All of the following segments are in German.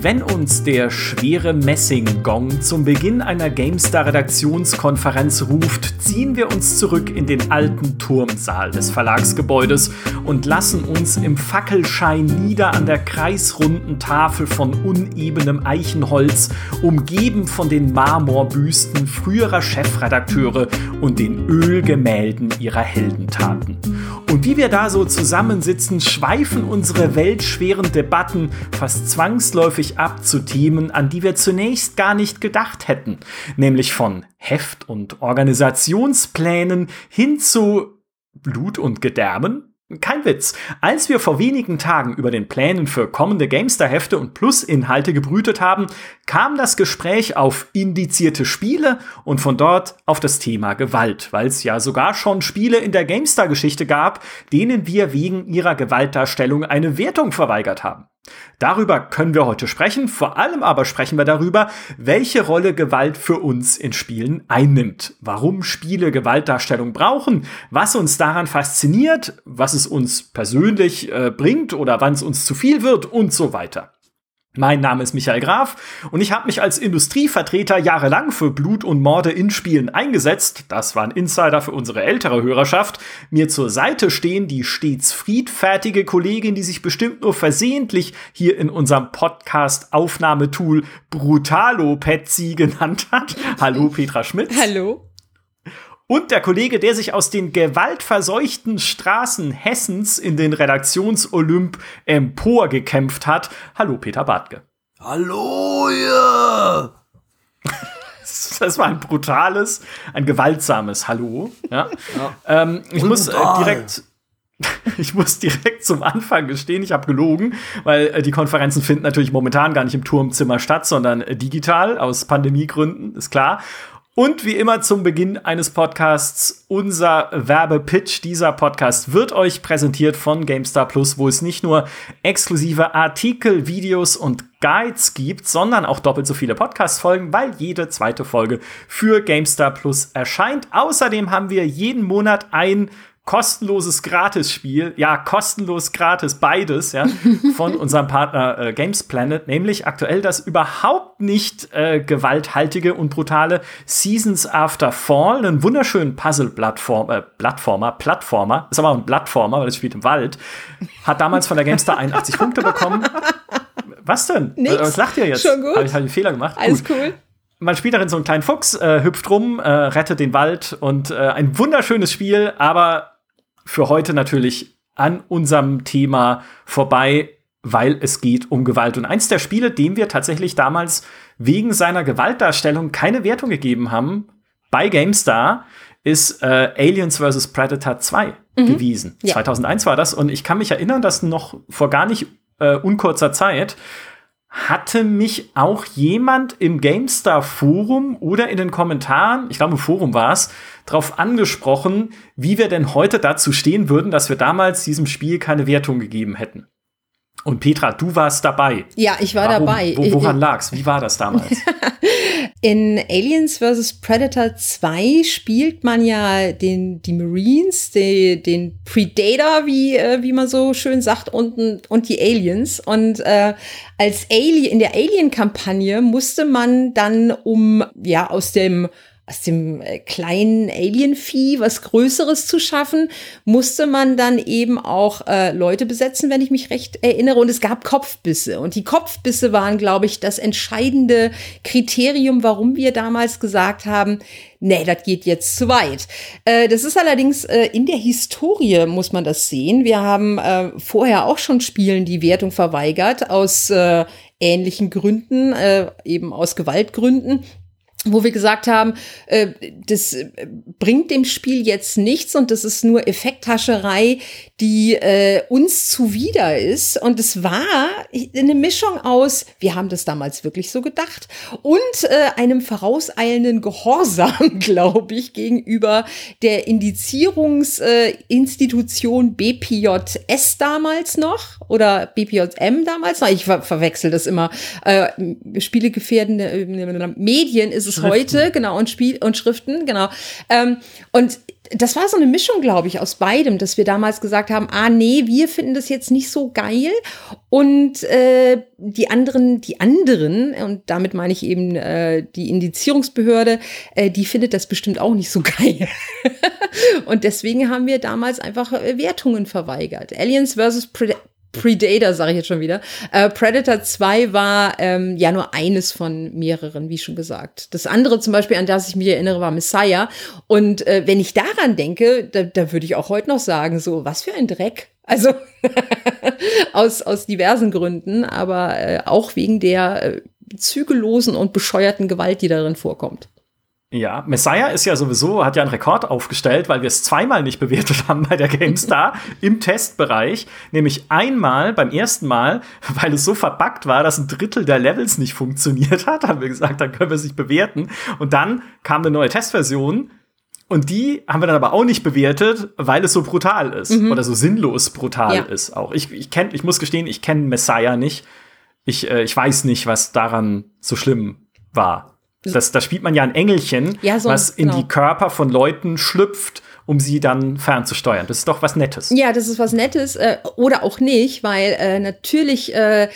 Wenn uns der schwere Messinggong zum Beginn einer GameStar-Redaktionskonferenz ruft, ziehen wir uns zurück in den alten Turmsaal des Verlagsgebäudes und lassen uns im Fackelschein nieder an der kreisrunden Tafel von unebenem Eichenholz, umgeben von den Marmorbüsten früherer Chefredakteure und den Ölgemälden ihrer Heldentaten. Und wie wir da so zusammensitzen, schweifen unsere weltschweren Debatten fast zwangsläufig ab zu Themen, an die wir zunächst gar nicht gedacht hätten, nämlich von Heft- und Organisationsplänen hin zu Blut und Gedärmen. Kein Witz. Als wir vor wenigen Tagen über den Plänen für kommende GameStar-Hefte und Plus-Inhalte gebrütet haben, kam das Gespräch auf indizierte Spiele und von dort auf das Thema Gewalt, weil es ja sogar schon Spiele in der GameStar-Geschichte gab, denen wir wegen ihrer Gewaltdarstellung eine Wertung verweigert haben. Darüber können wir heute sprechen, vor allem aber sprechen wir darüber, welche Rolle Gewalt für uns in Spielen einnimmt, warum Spiele Gewaltdarstellung brauchen, was uns daran fasziniert, was es uns persönlich bringt oder wann es uns zu viel wird und so weiter. Mein Name ist Michael Graf und ich habe mich als Industrievertreter jahrelang für Blut und Morde in Spielen eingesetzt. Das war ein Insider für unsere ältere Hörerschaft. Mir zur Seite stehen die stets friedfertige Kollegin, die sich bestimmt nur versehentlich hier in unserem Podcast-Aufnahmetool Brutalo-Petsy genannt hat. Hallo Petra Schmitz. Hallo. Und der Kollege, der sich aus den gewaltverseuchten Straßen Hessens in den Redaktionsolymp emporgekämpft hat. Hallo, Peter Bartke. Hallo, ja! Das war ein brutales, ein gewaltsames Hallo. Ja. Ich muss direkt zum Anfang gestehen, ich habe gelogen, weil die Konferenzen finden natürlich momentan gar nicht im Turmzimmer statt, sondern digital, aus Pandemiegründen, ist klar. Und wie immer zum Beginn eines Podcasts unser Werbepitch. Dieser Podcast wird euch präsentiert von GameStar Plus, wo es nicht nur exklusive Artikel, Videos und Guides gibt, sondern auch doppelt so viele Podcast-Folgen, weil jede zweite Folge für GameStar Plus erscheint. Außerdem haben wir jeden Monat ein kostenloses Gratisspiel, ja, kostenlos, gratis, beides, ja, von unserem Partner Games Planet, nämlich aktuell das überhaupt nicht gewalthaltige und brutale Seasons After Fall, einen wunderschönen Puzzle-Plattformer, ist aber auch ein Plattformer, weil es spielt im Wald, hat damals von der GameStar 81 Punkte bekommen. Was denn? Nichts. Was lacht ihr jetzt? Schon gut. Habe ich einen Fehler gemacht? Alles gut. Cool. Man spielt darin so einen kleinen Fuchs, hüpft rum, rettet den Wald und ein wunderschönes Spiel, aber für heute natürlich an unserem Thema vorbei, weil es geht um Gewalt. Und eins der Spiele, dem wir tatsächlich damals wegen seiner Gewaltdarstellung keine Wertung gegeben haben, bei GameStar, ist Aliens vs. Predator 2 gewesen. Ja. 2001 war das. Und ich kann mich erinnern, dass noch vor gar nicht unkurzer Zeit hatte mich auch jemand im GameStar-Forum oder in den Kommentaren, ich glaube im Forum war es, darauf angesprochen, wie wir denn heute dazu stehen würden, dass wir damals diesem Spiel keine Wertung gegeben hätten. Und Petra, du warst dabei. Ja, ich war dabei. Woran lag's? Wie war das damals? In Aliens vs. Predator 2 spielt man ja die Marines, den Predator, wie man so schön sagt, und die Aliens. Und in der Alien-Kampagne musste man dann, aus dem kleinen Alien-Vieh was Größeres zu schaffen, musste man dann eben auch Leute besetzen, wenn ich mich recht erinnere. Und es gab Kopfbisse. Und die Kopfbisse waren, glaube ich, das entscheidende Kriterium, warum wir damals gesagt haben, nee, das geht jetzt zu weit. Das ist allerdings in der Historie, muss man das sehen. Wir haben vorher auch schon Spielen die Wertung verweigert, aus ähnlichen Gründen, eben aus Gewaltgründen, wo wir gesagt haben, das bringt dem Spiel jetzt nichts und das ist nur Effekthascherei, die uns zuwider ist. Und es war eine Mischung aus, wir haben das damals wirklich so gedacht, und einem vorauseilenden Gehorsam, glaube ich, gegenüber der Indizierungsinstitution BPJS damals noch oder BPJM damals noch. Ich verwechsel das immer. Spielegefährdende Medien ist es heute, genau, und Schriften, genau. Und das war so eine Mischung, glaube ich, aus beidem, dass wir damals gesagt haben, nee, wir finden das jetzt nicht so geil. Und die anderen, und damit meine ich eben die Indizierungsbehörde, die findet das bestimmt auch nicht so geil. Und deswegen haben wir damals einfach Wertungen verweigert. Aliens vs. Predator, sage ich jetzt schon wieder. Predator 2 war ja nur eines von mehreren, wie schon gesagt. Das andere zum Beispiel, an das ich mich erinnere, war Messiah. Und wenn ich daran denke, da würde ich auch heute noch sagen, so, was für ein Dreck. Also aus diversen Gründen, aber auch wegen der zügellosen und bescheuerten Gewalt, die darin vorkommt. Ja, Messiah ist ja sowieso, hat ja einen Rekord aufgestellt, weil wir es zweimal nicht bewertet haben bei der GameStar im Testbereich. Nämlich einmal, beim ersten Mal, weil es so verbuggt war, dass ein Drittel der Levels nicht funktioniert hat, haben wir gesagt, dann können wir es nicht bewerten. Und dann kam eine neue Testversion und die haben wir dann aber auch nicht bewertet, weil es so brutal ist oder so sinnlos brutal ist auch. Ich muss gestehen, ich kenne Messiah nicht. Ich weiß nicht, was daran so schlimm war. Da spielt man ja ein Engelchen, was in die Körper von Leuten schlüpft, um sie dann fernzusteuern. Das ist doch was Nettes. Ja, das ist was Nettes oder auch nicht, weil natürlich,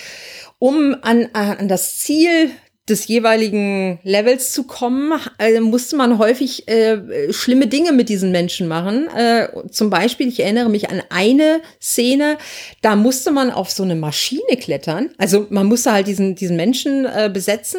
um an das Ziel des jeweiligen Levels zu kommen, musste man häufig schlimme Dinge mit diesen Menschen machen. Zum Beispiel, ich erinnere mich an eine Szene, da musste man auf so eine Maschine klettern. Also man musste halt diesen Menschen besetzen.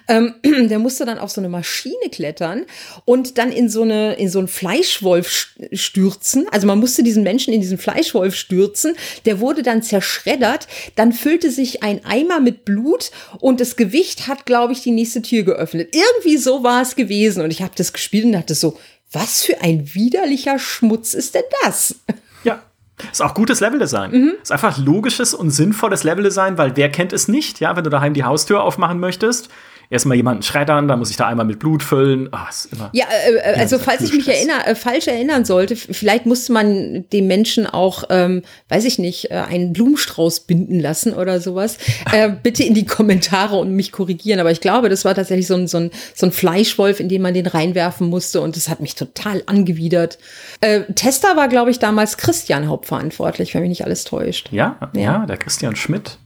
Der musste dann auf so eine Maschine klettern und dann in so einen Fleischwolf stürzen. Also man musste diesen Menschen in diesen Fleischwolf stürzen. Der wurde dann zerschreddert. Dann füllte sich ein Eimer mit Blut und das Gewicht hat, glaube ich, die nächste Tür geöffnet. Irgendwie so war es gewesen. Und ich habe das gespielt und dachte so, was für ein widerlicher Schmutz ist denn das? Ja, ist auch gutes Leveldesign. Ist einfach logisches und sinnvolles Leveldesign, weil wer kennt es nicht, ja, wenn du daheim die Haustür aufmachen möchtest, erstmal jemanden schreddern, dann muss ich da einmal mit Blut füllen. Ist immer also falls ich mich falsch erinnern sollte, vielleicht musste man dem Menschen auch, weiß ich nicht, einen Blumenstrauß binden lassen oder sowas. Bitte in die Kommentare und mich korrigieren. Aber ich glaube, das war tatsächlich so ein Fleischwolf, in den man den reinwerfen musste. Und das hat mich total angewidert. Tester war, glaube ich, damals Christian hauptverantwortlich, wenn mich nicht alles täuscht. Ja, der Christian Schmidt.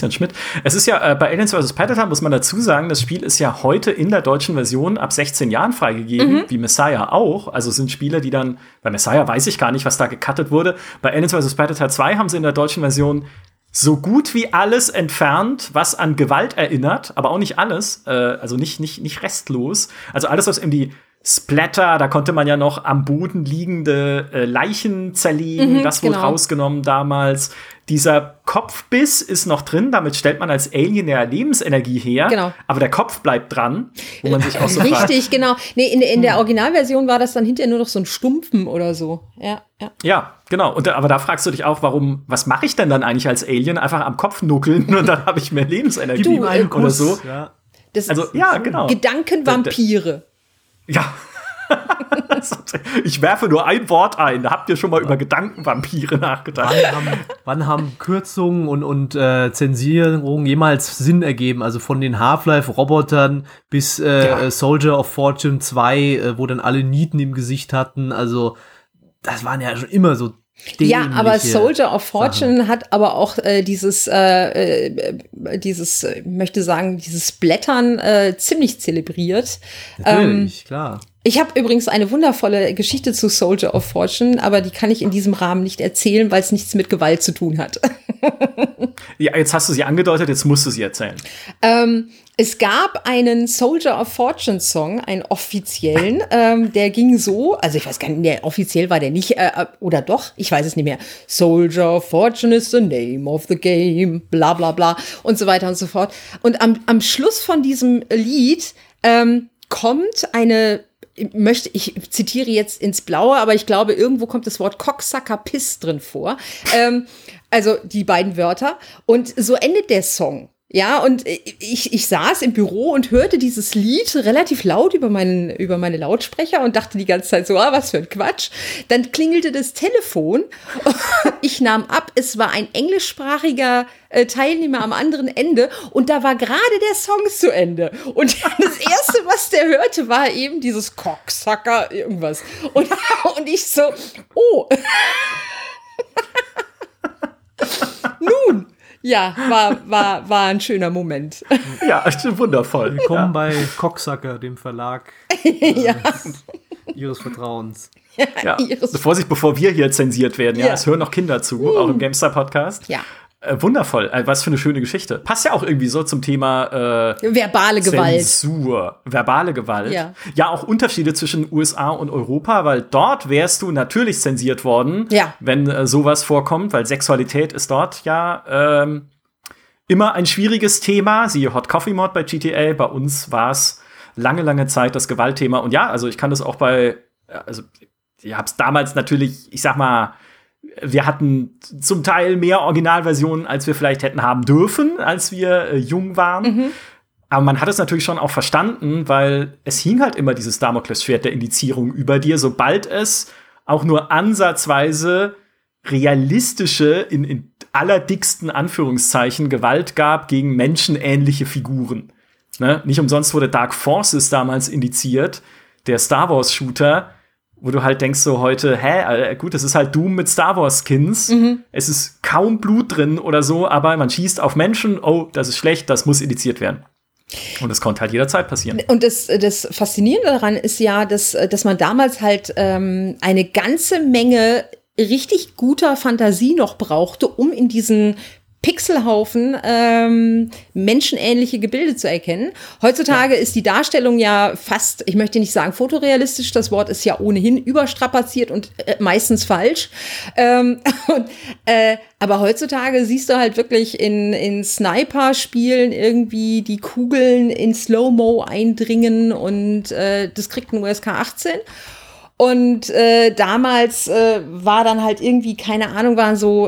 Es ist ja bei Aliens vs. Predator, muss man dazu sagen, das Spiel ist ja heute in der deutschen Version ab 16 Jahren freigegeben, wie Messiah auch. Also sind Spiele, die dann, bei Messiah weiß ich gar nicht, was da gecuttet wurde. Bei Aliens vs. Predator 2 haben sie in der deutschen Version so gut wie alles entfernt, was an Gewalt erinnert, aber auch nicht alles, also nicht restlos. Also alles, was in die Splatter, da konnte man ja noch am Boden liegende Leichen zerlegen, das wurde rausgenommen damals. Dieser Kopfbiss ist noch drin, damit stellt man als Alien ja Lebensenergie her, genau. Aber der Kopf bleibt dran, wo man sich auch so fragt. Richtig, genau. Nee, in der Originalversion war das dann hinterher nur noch so ein Stumpfen oder so. Ja, genau. Aber da fragst du dich auch, was mache ich denn dann eigentlich als Alien? Einfach am Kopf nuckeln und dann habe ich mehr Lebensenergie oder so. Ja. Das also, ja, genau. Gedankenvampire. Ja. Ich werfe nur ein Wort ein. Habt ihr schon mal über Gedankenvampire nachgedacht? Wann haben Kürzungen und Zensierungen jemals Sinn ergeben? Also von den Half-Life-Robotern bis Soldier of Fortune 2, wo dann alle Nieten im Gesicht hatten. Also das waren ja schon immer so ja, aber Soldier of Fortune hat aber auch dieses möchte sagen, dieses Blättern ziemlich zelebriert. Natürlich, klar. Ich habe übrigens eine wundervolle Geschichte zu Soldier of Fortune, aber die kann ich in diesem Rahmen nicht erzählen, weil es nichts mit Gewalt zu tun hat. Ja, jetzt hast du sie angedeutet, jetzt musst du sie erzählen. Es gab einen Soldier of Fortune Song, einen offiziellen, der ging so, also ich weiß gar nicht, offiziell war der nicht, oder doch, ich weiß es nicht mehr. Soldier of Fortune is the name of the game, bla bla bla und so weiter und so fort. Und am Schluss von diesem Lied kommt ich zitiere jetzt ins Blaue, aber ich glaube, irgendwo kommt das Wort Cocksucker Piss drin vor. Also die beiden Wörter. Und so endet der Song. Ja, und ich saß im Büro und hörte dieses Lied relativ laut über meine Lautsprecher und dachte die ganze Zeit so, was für ein Quatsch. Dann klingelte das Telefon. Ich nahm ab. Es war ein englischsprachiger Teilnehmer am anderen Ende und da war gerade der Song zu Ende. Und das Erste, was der hörte, war eben dieses Cocksucker irgendwas. Und ich so, oh. Nun. Ja, war ein schöner Moment. Ja, wundervoll. Willkommen bei Cocksucker, dem Verlag Ihres Vertrauens. Ja. Vorsicht, bevor wir hier zensiert werden. Ja, es hören noch Kinder zu, auch im GameStar-Podcast. Ja. Wundervoll. Was für eine schöne Geschichte. Passt ja auch irgendwie so zum Thema verbale Gewalt. Zensur. Verbale Gewalt. Ja. Ja, auch Unterschiede zwischen USA und Europa, weil dort wärst du natürlich zensiert worden, wenn sowas vorkommt, weil Sexualität ist dort ja immer ein schwieriges Thema. Siehe Hot Coffee Mod bei GTA. Bei uns war es lange Zeit das Gewaltthema. Und ja, also ich kann das auch ich hab's damals natürlich, ich sag mal, wir hatten zum Teil mehr Originalversionen, als wir vielleicht hätten haben dürfen, als wir jung waren. Mhm. Aber man hat es natürlich schon auch verstanden, weil es hing halt immer dieses Damoklesschwert der Indizierung über dir, sobald es auch nur ansatzweise realistische, in allerdicksten Anführungszeichen, Gewalt gab gegen menschenähnliche Figuren. Ne? Nicht umsonst wurde Dark Forces damals indiziert, der Star Wars-Shooter, wo du halt denkst so heute, gut, das ist halt Doom mit Star Wars Skins. Mhm. Es ist kaum Blut drin oder so, aber man schießt auf Menschen, oh, das ist schlecht, das muss indiziert werden. Und das konnte halt jederzeit passieren. Und das Faszinierende daran ist ja, dass man damals halt eine ganze Menge richtig guter Fantasie noch brauchte, um in diesen Pixelhaufen menschenähnliche Gebilde zu erkennen. Heutzutage ist die Darstellung ja fast, ich möchte nicht sagen fotorealistisch, das Wort ist ja ohnehin überstrapaziert und meistens falsch. Aber heutzutage siehst du halt wirklich in Sniper-Spielen irgendwie die Kugeln in Slow-Mo eindringen und das kriegt ein USK 18. Und damals war dann halt irgendwie, keine Ahnung, waren so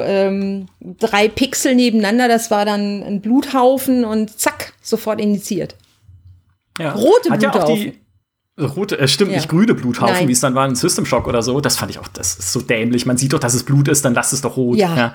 3 Pixel nebeneinander, das war dann ein Bluthaufen und zack, sofort indiziert. Ja. Rote Hat Bluthaufen. Ja auch stimmt, nicht grüne Bluthaufen, Nein. wie es dann war in System Shock oder so. Das fand ich auch, das ist so dämlich. Man sieht doch, dass es Blut ist, dann lasst es doch rot. Ja.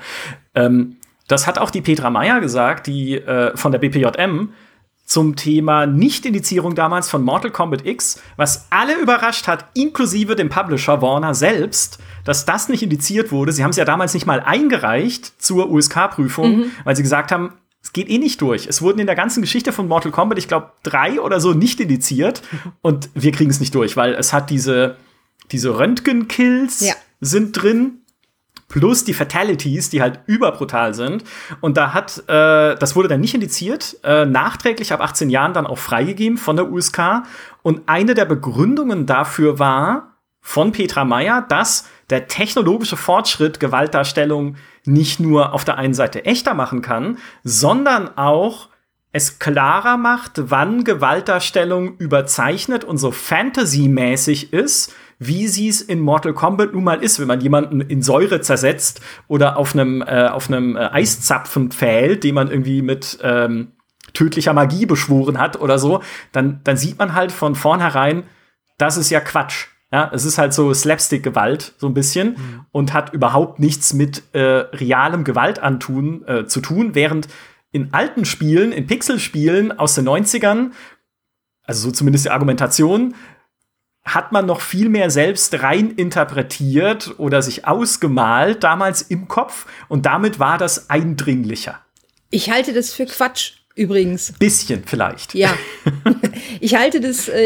Das hat auch die Petra Meyer gesagt, die von der BPJM, zum Thema Nicht-Indizierung damals von Mortal Kombat X, was alle überrascht hat, inklusive dem Publisher Warner selbst, dass das nicht indiziert wurde. Sie haben es ja damals nicht mal eingereicht zur USK-Prüfung, weil sie gesagt haben, es geht eh nicht durch. Es wurden in der ganzen Geschichte von Mortal Kombat, ich glaube, 3 oder so nicht indiziert und wir kriegen es nicht durch, weil es hat diese Röntgen-Kills sind drin, plus die Fatalities, die halt überbrutal sind. Und das wurde dann nicht indiziert, nachträglich ab 18 Jahren dann auch freigegeben von der USK. Und eine der Begründungen dafür war von Petra Meyer, dass der technologische Fortschritt Gewaltdarstellung nicht nur auf der einen Seite echter machen kann, sondern auch es klarer macht, wann Gewaltdarstellung überzeichnet und so fantasymäßig ist, wie sie es in Mortal Kombat nun mal ist, wenn man jemanden in Säure zersetzt oder auf einem Eiszapfen pfählt, den man irgendwie mit tödlicher Magie beschworen hat oder so, dann sieht man halt von vornherein, das ist ja Quatsch. Ja, es ist halt so Slapstick-Gewalt, so ein bisschen, und hat überhaupt nichts mit realem Gewaltantun zu tun, während in alten Spielen, in Pixelspielen aus den 90ern, also so zumindest die Argumentation, hat man noch viel mehr selbst rein interpretiert oder sich ausgemalt, damals im Kopf. Und damit war das eindringlicher. Ich halte das für Quatsch, übrigens. Bisschen vielleicht. Ja. Ich halte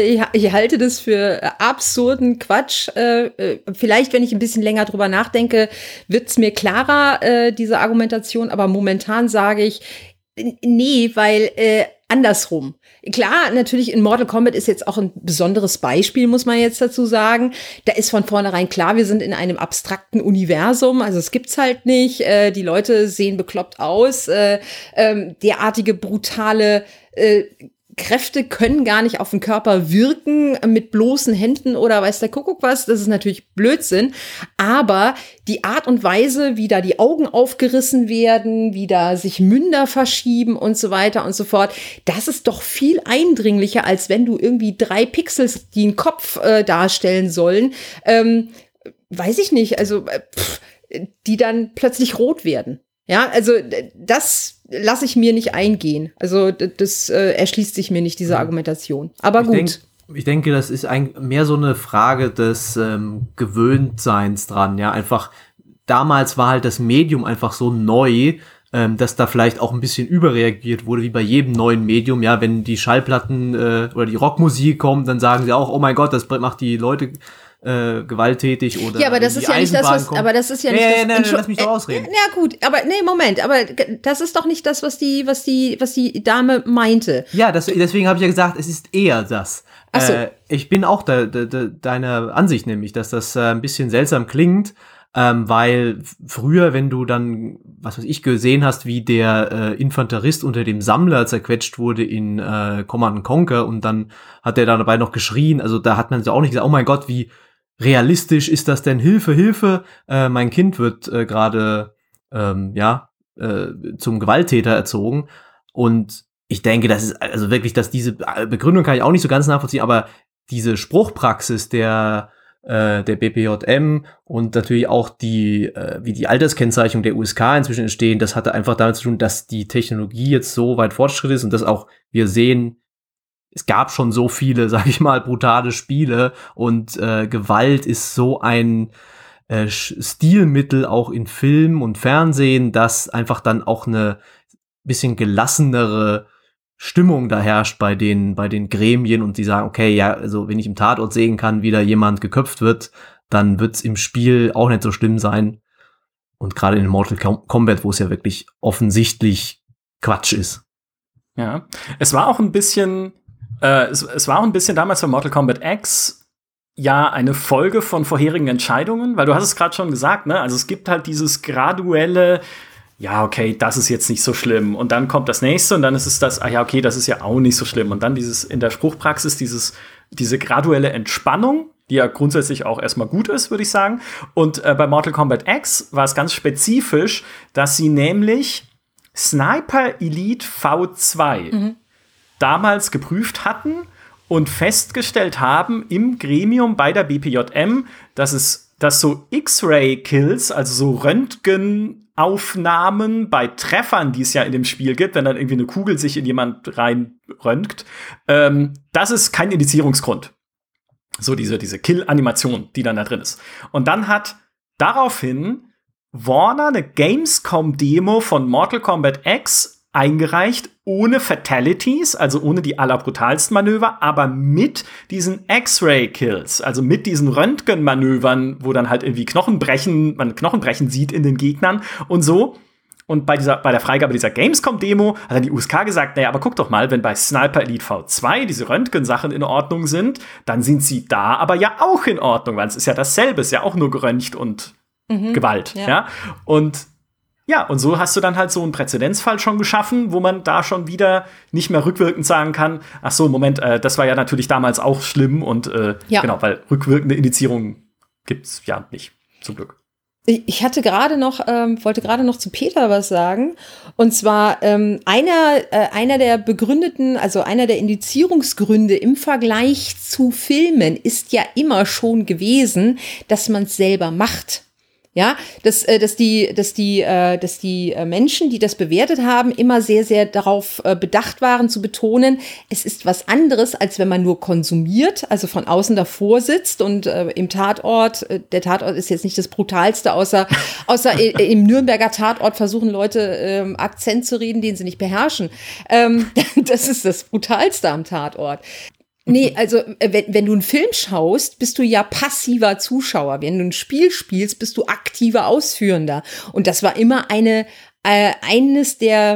das für absurden Quatsch. Vielleicht, wenn ich ein bisschen länger drüber nachdenke, wird es mir klarer, diese Argumentation. Aber momentan sage ich, nee, weil andersrum. Klar, natürlich in Mortal Kombat ist jetzt auch ein besonderes Beispiel, muss man jetzt dazu sagen. Da ist von vornherein klar, wir sind in einem abstrakten Universum, also es gibt's halt nicht. Die Leute sehen bekloppt aus. Derartige brutale Kräfte können gar nicht auf den Körper wirken mit bloßen Händen oder weiß der Kuckuck was. Das ist natürlich Blödsinn. Aber die Art und Weise, wie da die Augen aufgerissen werden, wie da sich Münder verschieben und so weiter und so fort, das ist doch viel eindringlicher, als wenn du irgendwie 3 Pixels, die einen Kopf darstellen sollen, weiß ich nicht, also die dann plötzlich rot werden. Ja, also das lasse ich mir nicht eingehen. Also das erschließt sich mir nicht, diese Argumentation. Aber gut. Ich denke, das ist mehr so eine Frage des Gewöhntseins dran. Ja, einfach damals war halt das Medium einfach so neu, dass da vielleicht auch ein bisschen überreagiert wurde, wie bei jedem neuen Medium. Ja, wenn die Schallplatten oder die Rockmusik kommt, dann sagen sie auch, oh mein Gott, das macht die Leute gewalttätig oder ja, aber das ist ja nicht das, was, aber das ist ja nicht das. Lass mich doch ausreden. Ja gut, aber Moment, aber das ist doch nicht das, was die Dame meinte. Ja, deswegen habe ich ja gesagt, es ist eher das. Ach so. Ich bin auch deiner Ansicht nämlich, dass das ein bisschen seltsam klingt, weil früher, wenn du dann, was weiß ich, gesehen hast, wie der Infanterist unter dem Sammler zerquetscht wurde in Command & Conquer und dann hat der dabei noch geschrien, also da hat man so auch nicht gesagt, oh mein Gott, wie realistisch ist das denn? Hilfe, Hilfe, mein Kind wird gerade zum Gewalttäter erzogen. Und ich denke, das ist also wirklich, dass diese Begründung kann ich auch nicht so ganz nachvollziehen, aber diese Spruchpraxis der BPJM und natürlich auch wie die Alterskennzeichnung der USK inzwischen entstehen, das hatte einfach damit zu tun, dass die Technologie jetzt so weit fortschrittlich ist und dass auch wir sehen, es gab schon so viele, sag ich mal, brutale Spiele und Gewalt ist so ein Stilmittel auch in Film und Fernsehen, dass einfach dann auch eine bisschen gelassenere Stimmung da herrscht bei den Gremien und die sagen, okay, ja, also wenn ich im Tatort sehen kann, wie da jemand geköpft wird, dann wird's im Spiel auch nicht so schlimm sein. Und gerade in Mortal Kombat, wo es ja wirklich offensichtlich Quatsch ist. Ja, es war auch ein bisschen damals bei Mortal Kombat X ja eine Folge von vorherigen Entscheidungen, weil du hast es gerade schon gesagt, ne? Also es gibt halt dieses graduelle, ja, okay, das ist jetzt nicht so schlimm. Und dann kommt das nächste und dann ist es das, ja, okay, das ist ja auch nicht so schlimm. Und dann in der Spruchpraxis diese graduelle Entspannung, die ja grundsätzlich auch erstmal gut ist, würde ich sagen. Und bei Mortal Kombat X war es ganz spezifisch, dass sie nämlich Sniper Elite V2 damals geprüft hatten und festgestellt haben im Gremium bei der BPJM, dass so X-Ray-Kills, also so Röntgenaufnahmen bei Treffern, die es ja in dem Spiel gibt, wenn dann irgendwie eine Kugel sich in jemand reinröntgt, das ist kein Indizierungsgrund. So diese Kill-Animation, die dann da drin ist. Und dann hat daraufhin Warner eine Gamescom-Demo von Mortal Kombat X eingereicht, ohne Fatalities, also ohne die allerbrutalsten Manöver, aber mit diesen X-Ray-Kills, also mit diesen Röntgenmanövern, wo dann halt irgendwie man Knochenbrechen sieht in den Gegnern und so. Und bei der Freigabe dieser Gamescom-Demo hat dann die USK gesagt, naja, aber guck doch mal, wenn bei Sniper Elite V2 diese Röntgensachen in Ordnung sind, dann sind sie da aber ja auch in Ordnung, weil es ist ja dasselbe, es ist ja auch nur geröntgt und Gewalt, ja. Und so hast du dann halt so einen Präzedenzfall schon geschaffen, wo man da schon wieder nicht mehr rückwirkend sagen kann, ach so, Moment, das war ja natürlich damals auch schlimm und genau, weil rückwirkende Indizierung gibt's ja nicht, zum Glück. Ich wollte gerade noch zu Peter was sagen. Und zwar einer der begründeten, also einer der Indizierungsgründe im Vergleich zu Filmen ist ja immer schon gewesen, dass man es selber macht. Ja, dass die Menschen, die das bewertet haben, immer sehr, sehr darauf bedacht waren, zu betonen, es ist was anderes, als wenn man nur konsumiert, also von außen davor sitzt und im Tatort, der Tatort ist jetzt nicht das Brutalste, außer im Nürnberger Tatort versuchen Leute Akzent zu reden, den sie nicht beherrschen. Das ist das Brutalste am Tatort. Nee, also wenn du einen Film schaust, bist du ja passiver Zuschauer. Wenn du ein Spiel spielst, bist du aktiver Ausführender. Und das war immer eines der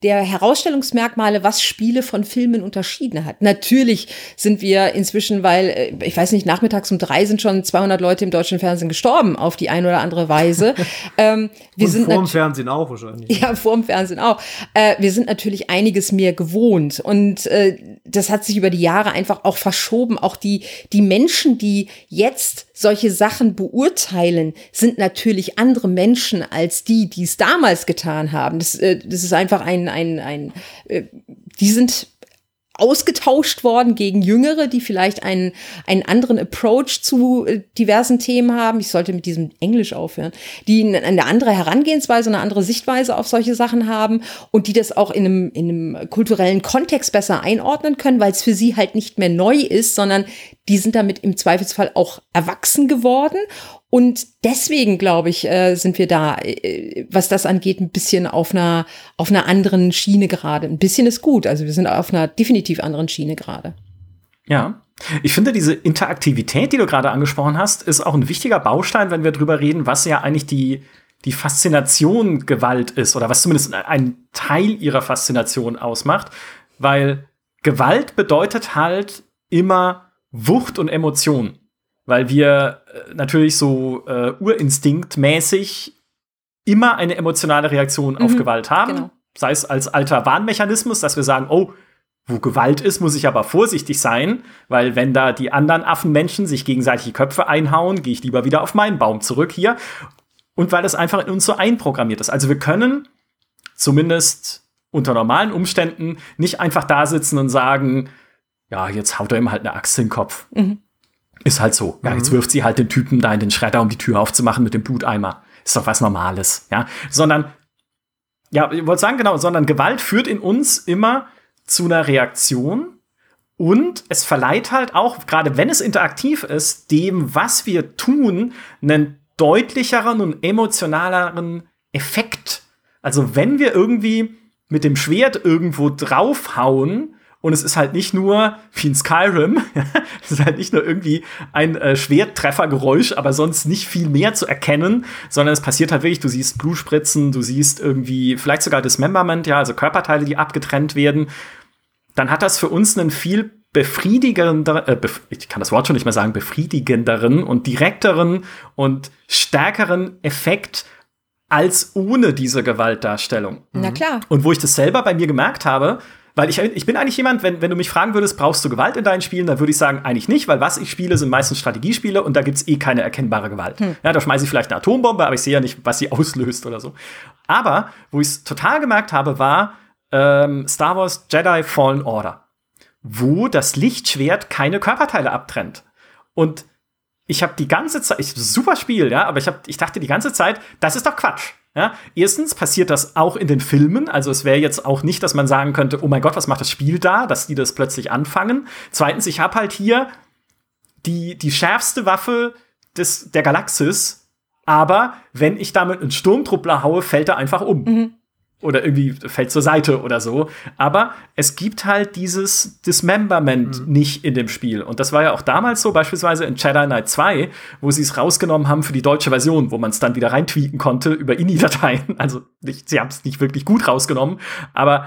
der Herausstellungsmerkmale, was Spiele von Filmen unterschieden hat. Natürlich sind wir inzwischen, weil, ich weiß nicht, nachmittags um 3 sind schon 200 Leute im deutschen Fernsehen gestorben auf die eine oder andere Weise. Wir sind vor dem Fernsehen auch wahrscheinlich. Ja, vor dem Fernsehen auch. Wir sind natürlich einiges mehr gewohnt und das hat sich über die Jahre einfach auch verschoben. Auch die Menschen, die jetzt solche Sachen beurteilen, sind natürlich andere Menschen als die es damals getan haben. Das ist einfach die sind ausgetauscht worden gegen Jüngere, die vielleicht einen anderen Approach zu diversen Themen haben. Ich sollte mit diesem Englisch aufhören. Die eine andere Herangehensweise, eine andere Sichtweise auf solche Sachen haben und die das auch in einem kulturellen Kontext besser einordnen können, weil es für sie halt nicht mehr neu ist, sondern die sind damit im Zweifelsfall auch erwachsen geworden. Und deswegen, glaube ich, sind wir da, was das angeht, ein bisschen auf einer anderen Schiene gerade. Ein bisschen ist gut. Also wir sind auf einer definitiv anderen Schiene gerade. Ja, ich finde, diese Interaktivität, die du gerade angesprochen hast, ist auch ein wichtiger Baustein, wenn wir drüber reden, was ja eigentlich die Faszination Gewalt ist oder was zumindest ein Teil ihrer Faszination ausmacht. Weil Gewalt bedeutet halt immer Wucht und Emotion. Weil wir natürlich so urinstinktmäßig immer eine emotionale Reaktion auf Gewalt haben. Genau. Sei es als alter Warnmechanismus, dass wir sagen, oh, wo Gewalt ist, muss ich aber vorsichtig sein, weil wenn da die anderen Affenmenschen sich gegenseitig die Köpfe einhauen, gehe ich lieber wieder auf meinen Baum zurück hier. Und weil das einfach in uns so einprogrammiert ist. Also wir können zumindest unter normalen Umständen nicht einfach da sitzen und sagen, ja, jetzt haut er ihm halt eine Axt in den Kopf. Ist halt so. Ja, jetzt wirft sie halt den Typen da in den Schredder, um die Tür aufzumachen mit dem Bluteimer. Ist doch was Normales, ja. Sondern Gewalt führt in uns immer zu einer Reaktion und es verleiht halt auch, gerade wenn es interaktiv ist, dem, was wir tun, einen deutlicheren und emotionaleren Effekt. Also wenn wir irgendwie mit dem Schwert irgendwo draufhauen, und es ist halt nicht nur, wie in Skyrim, es ist halt nicht nur irgendwie ein Schwerttreffergeräusch, aber sonst nicht viel mehr zu erkennen, sondern es passiert halt wirklich, du siehst Blutspritzen, du siehst irgendwie vielleicht sogar Dismemberment, ja, also Körperteile, die abgetrennt werden. Dann hat das für uns einen viel befriedigenderen, ich kann das Wort schon nicht mehr sagen, befriedigenderen und direkteren und stärkeren Effekt als ohne diese Gewaltdarstellung. Na klar. Und wo ich das selber bei mir gemerkt habe, weil ich bin eigentlich jemand, wenn du mich fragen würdest, brauchst du Gewalt in deinen Spielen, dann würde ich sagen, eigentlich nicht, weil was ich spiele, sind meistens Strategiespiele und da gibt's keine erkennbare Gewalt. Ja, da schmeiße ich vielleicht eine Atombombe, aber ich sehe ja nicht, was sie auslöst oder so. Aber, wo ich es total gemerkt habe, war Star Wars Jedi Fallen Order, wo das Lichtschwert keine Körperteile abtrennt. Und ich habe die ganze Zeit, super Spiel, ja, aber ich dachte die ganze Zeit, das ist doch Quatsch. Ja, erstens passiert das auch in den Filmen, also es wäre jetzt auch nicht, dass man sagen könnte, oh mein Gott, was macht das Spiel da, dass die das plötzlich anfangen. Zweitens, ich habe halt hier die schärfste Waffe der Galaxis, aber wenn ich damit einen Sturmtruppler haue, fällt er einfach um. Oder irgendwie fällt zur Seite oder so. Aber es gibt halt dieses Dismemberment nicht in dem Spiel. Und das war ja auch damals so, beispielsweise in Jedi Knight 2, wo sie es rausgenommen haben für die deutsche Version, wo man es dann wieder reintweaken konnte über INI-Dateien. Also sie haben es nicht wirklich gut rausgenommen, aber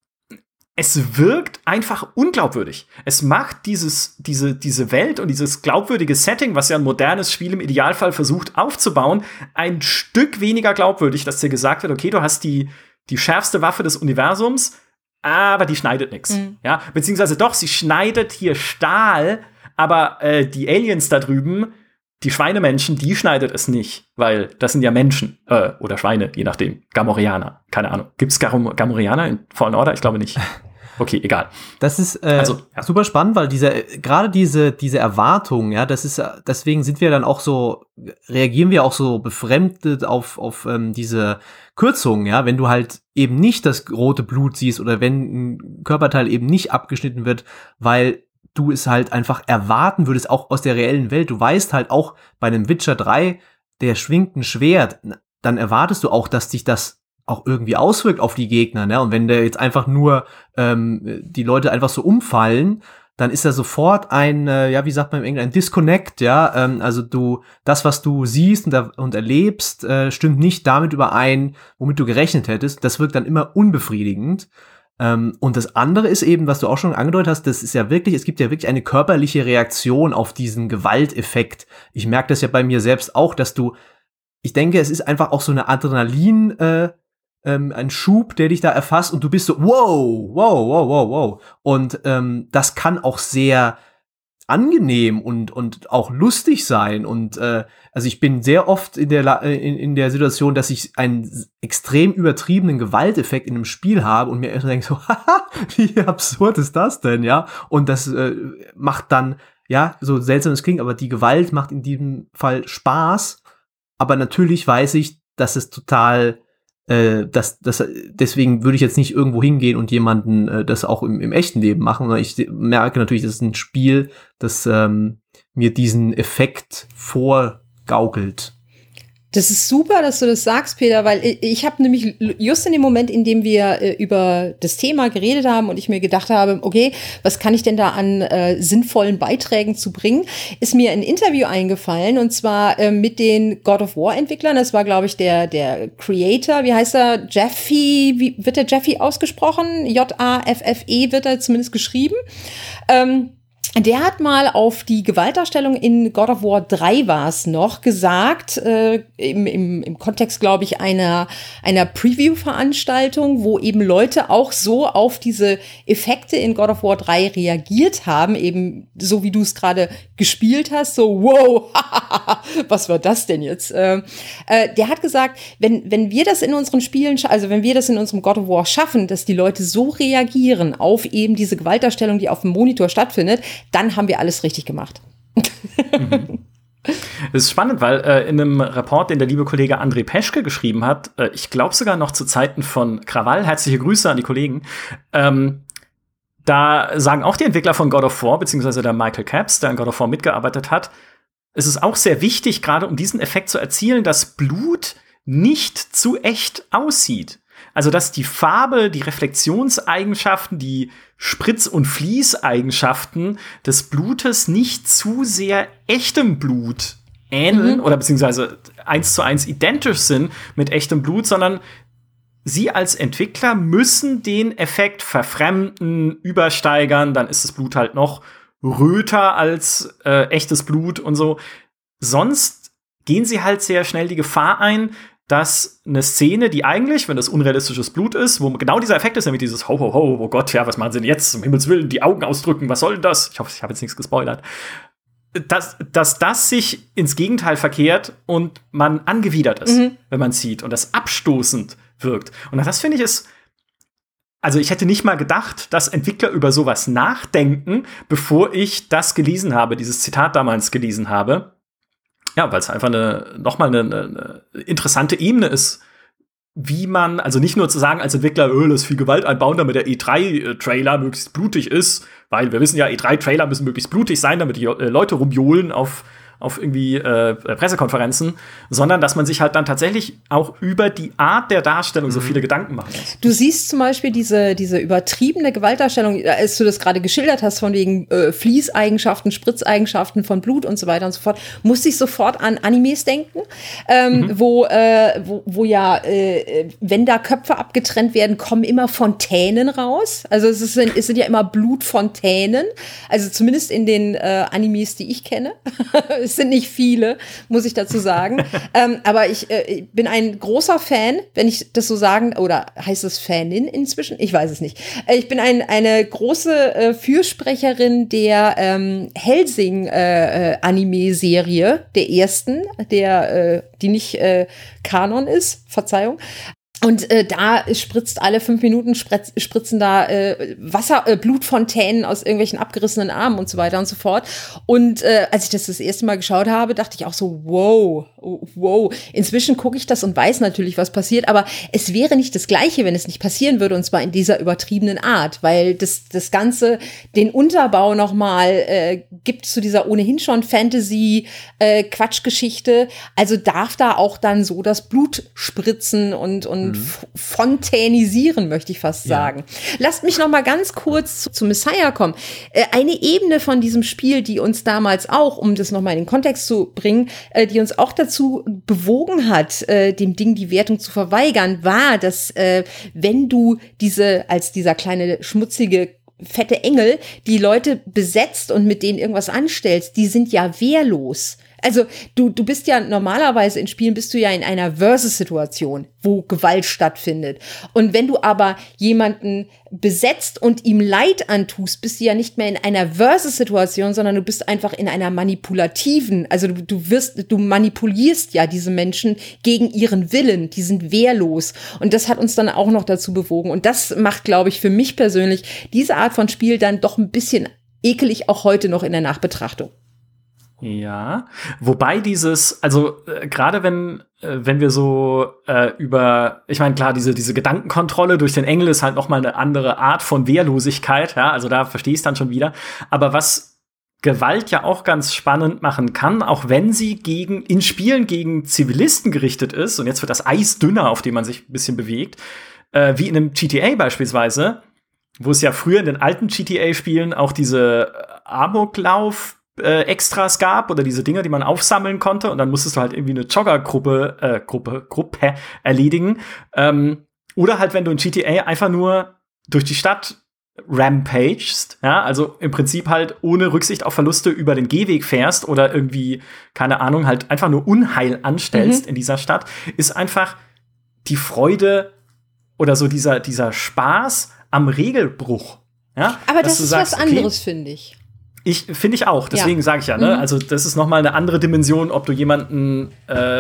es wirkt einfach unglaubwürdig. Es macht diese Welt und dieses glaubwürdige Setting, was ja ein modernes Spiel im Idealfall versucht aufzubauen, ein Stück weniger glaubwürdig, dass dir gesagt wird, okay, du hast die schärfste Waffe des Universums, aber die schneidet nichts. Ja, beziehungsweise doch, sie schneidet hier Stahl, aber die Aliens da drüben, die Schweinemenschen, die schneidet es nicht, weil das sind ja Menschen oder Schweine, je nachdem. Gamorreaner, keine Ahnung. Gibt's Gamorreaner in Fallen Order? Ich glaube nicht. Okay, egal. Das ist super spannend, weil gerade diese Erwartung, ja, das ist, deswegen sind wir dann auch so, reagieren wir auch so befremdet auf diese Kürzungen, ja, wenn du halt eben nicht das rote Blut siehst oder wenn ein Körperteil eben nicht abgeschnitten wird, weil du es halt einfach erwarten würdest, auch aus der reellen Welt. Du weißt halt auch bei einem Witcher 3, der schwingt ein Schwert, dann erwartest du auch, dass dich das auch irgendwie auswirkt auf die Gegner, ne? Und wenn der jetzt einfach nur die Leute einfach so umfallen, dann ist da sofort ein, wie sagt man im Englischen, ein Disconnect, ja, also das, was du siehst und erlebst, stimmt nicht damit überein, womit du gerechnet hättest. Das wirkt dann immer unbefriedigend. Und das andere ist eben, was du auch schon angedeutet hast, es gibt ja wirklich eine körperliche Reaktion auf diesen Gewalteffekt. Ich merke das ja bei mir selbst auch, ich denke, es ist einfach auch so eine Adrenalin, ein Schub, der dich da erfasst und du bist so, wow. Und das kann auch sehr angenehm und auch lustig sein. Und also ich bin sehr oft in der Situation, dass ich einen extrem übertriebenen Gewalteffekt in einem Spiel habe und mir denke so, haha, wie absurd ist das denn, ja? Und das macht dann, ja, so seltsam es klingt, aber die Gewalt macht in diesem Fall Spaß. Aber natürlich weiß ich, dass es total deswegen würde ich jetzt nicht irgendwo hingehen und jemanden das auch im echten Leben machen, sondern ich merke natürlich, das ist ein Spiel, das mir diesen Effekt vorgaukelt. Das ist super, dass du das sagst, Peter, weil ich habe nämlich just in dem Moment, in dem wir über das Thema geredet haben und ich mir gedacht habe, okay, was kann ich denn da an sinnvollen Beiträgen zu bringen, ist mir ein Interview eingefallen und zwar mit den God of War Entwicklern. Das war, glaube ich, der Creator, wie heißt er? Jaffe, wie wird der Jaffe ausgesprochen? Jaffe wird er zumindest geschrieben. Der hat mal auf die Gewaltdarstellung in God of War 3 war es noch gesagt, im Kontext, glaube ich, einer Preview-Veranstaltung, wo eben Leute auch so auf diese Effekte in God of War 3 reagiert haben, eben so wie du es gerade gespielt hast, so wow, was war das denn jetzt? Der hat gesagt, wenn wir das in unseren Spielen, also wenn wir das in unserem God of War schaffen, dass die Leute so reagieren auf eben diese Gewaltdarstellung, die auf dem Monitor stattfindet, dann haben wir alles richtig gemacht. Mhm. Das ist spannend, weil in einem Report, den der liebe Kollege André Peschke geschrieben hat, ich glaube sogar noch zu Zeiten von Krawall, herzliche Grüße an die Kollegen, da sagen auch die Entwickler von God of War, beziehungsweise der Michael Capps, der an God of War mitgearbeitet hat, es ist auch sehr wichtig, gerade um diesen Effekt zu erzielen, dass Blut nicht zu echt aussieht. Also, dass die Farbe, die Reflexionseigenschaften, die Spritz- und Fließeigenschaften des Blutes nicht zu sehr echtem Blut ähneln oder beziehungsweise 1:1 identisch sind mit echtem Blut, sondern sie als Entwickler müssen den Effekt verfremden, übersteigern, dann ist das Blut halt noch röter als echtes Blut und so. Sonst gehen sie halt sehr schnell die Gefahr ein, dass eine Szene, die eigentlich, wenn das unrealistisches Blut ist, wo genau dieser Effekt ist, nämlich dieses Ho, ho, ho, oh Gott, ja, was machen sie denn jetzt? Um Himmels Willen, die Augen ausdrücken, was soll denn das? Ich hoffe, ich habe jetzt nichts gespoilert. Dass das sich ins Gegenteil verkehrt und man angewidert ist, wenn man sieht und das abstoßend wirkt. Und das finde ich also ich hätte nicht mal gedacht, dass Entwickler über sowas nachdenken, bevor ich das gelesen habe, dieses Zitat damals gelesen habe. Ja, weil es einfach nochmal eine interessante Ebene ist, wie man, also nicht nur zu sagen als Entwickler, lass viel Gewalt einbauen, damit der E3-Trailer möglichst blutig ist, weil wir wissen ja, E3-Trailer müssen möglichst blutig sein, damit die Leute rumjohlen auf irgendwie Pressekonferenzen, sondern dass man sich halt dann tatsächlich auch über die Art der Darstellung so viele Gedanken machen muss. Du siehst zum Beispiel diese übertriebene Gewaltdarstellung, als du das gerade geschildert hast, von wegen Fließeigenschaften, Spritzeigenschaften von Blut und so weiter und so fort, musste ich sofort an Animes denken, wo ja, wenn da Köpfe abgetrennt werden, kommen immer Fontänen raus. Also es sind ja immer Blutfontänen, also zumindest in den Animes, die ich kenne. Es sind nicht viele, muss ich dazu sagen. Aber ich bin ein großer Fan, wenn ich das so sagen, oder heißt es Fanin inzwischen? Ich weiß es nicht. Ich bin eine große Fürsprecherin der Hellsing-Anime-Serie, der ersten, die nicht Kanon ist, Verzeihung. Und da spritzt alle 5 Minuten spritzen da Blutfontänen aus irgendwelchen abgerissenen Armen und so weiter und so fort. Und als ich das erste Mal geschaut habe, dachte ich auch so, wow. Inzwischen gucke ich das und weiß natürlich, was passiert, aber es wäre nicht das Gleiche, wenn es nicht passieren würde, und zwar in dieser übertriebenen Art, weil das Ganze den Unterbau nochmal gibt zu dieser ohnehin schon Fantasy-Quatschgeschichte. Also darf da auch dann so das Blut spritzen und fontänisieren, möchte ich fast sagen. Lasst mich noch mal ganz kurz zu Messiah kommen. Eine Ebene von diesem Spiel, die uns damals auch, um das noch mal in den Kontext zu bringen, die uns auch dazu bewogen hat, dem Ding die Wertung zu verweigern, war, dass wenn du als dieser kleine schmutzige fette Engel die Leute besetzt und mit denen irgendwas anstellst, die sind ja wehrlos. Also du bist ja normalerweise in Spielen bist du ja in einer Versus-Situation, wo Gewalt stattfindet. Und wenn du aber jemanden besetzt und ihm Leid antust, bist du ja nicht mehr in einer Versus-Situation, sondern du bist einfach in einer manipulativen, also du manipulierst ja diese Menschen gegen ihren Willen, die sind wehrlos. Und das hat uns dann auch noch dazu bewogen. Und das macht, glaube ich, für mich persönlich diese Art von Spiel dann doch ein bisschen ekelig, auch heute noch in der Nachbetrachtung. Ja, wobei gerade wenn wir so ich meine, klar, diese Gedankenkontrolle durch den Engel ist halt noch mal eine andere Art von Wehrlosigkeit, ja, also da verstehe ich es dann schon wieder. Aber was Gewalt ja auch ganz spannend machen kann, auch wenn sie in Spielen gegen Zivilisten gerichtet ist, und jetzt wird das Eis dünner, auf dem man sich ein bisschen bewegt, wie in einem GTA beispielsweise, wo es ja früher in den alten GTA-Spielen auch diese Amoklauf Extras gab oder diese Dinger, die man aufsammeln konnte, und dann musstest du halt irgendwie eine Joggergruppe erledigen. Oder halt, wenn du in GTA einfach nur durch die Stadt rampagest, ja, also im Prinzip halt ohne Rücksicht auf Verluste über den Gehweg fährst oder irgendwie, keine Ahnung, halt einfach nur Unheil anstellst in dieser Stadt, ist einfach die Freude oder so dieser Spaß am Regelbruch. Ja? Aber das ist was anderes, finde ich. Finde ich auch, deswegen sage ich ja, ne? Also das ist noch mal eine andere Dimension, ob du jemanden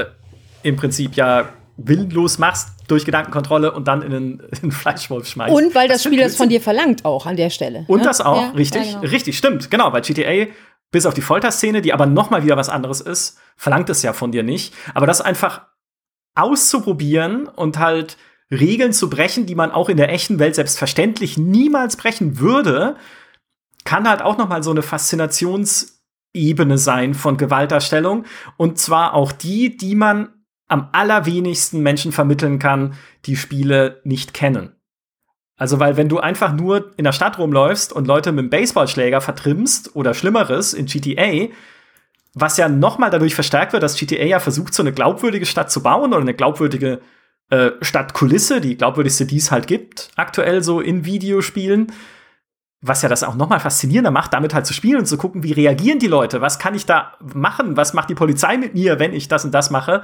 im Prinzip ja willenlos machst durch Gedankenkontrolle und dann in einen Fleischwolf schmeißt. Und weil das Spiel das von dir verlangt auch an der Stelle. Und das auch, richtig, stimmt. Genau, bei GTA, bis auf die Folterszene, die aber noch mal wieder was anderes ist, verlangt es ja von dir nicht. Aber das einfach auszuprobieren und halt Regeln zu brechen, die man auch in der echten Welt selbstverständlich niemals brechen würde, kann halt auch noch mal so eine Faszinationsebene sein von Gewaltdarstellung. Und zwar auch die man am allerwenigsten Menschen vermitteln kann, die Spiele nicht kennen. Also, weil wenn du einfach nur in der Stadt rumläufst und Leute mit dem Baseballschläger vertrimmst oder Schlimmeres in GTA, was ja noch mal dadurch verstärkt wird, dass GTA ja versucht, so eine glaubwürdige Stadt zu bauen oder eine glaubwürdige Stadtkulisse, die glaubwürdigste, die es halt gibt, aktuell so in Videospielen, was ja das auch noch mal faszinierender macht, damit halt zu spielen und zu gucken, wie reagieren die Leute, was kann ich da machen, was macht die Polizei mit mir, wenn ich das und das mache,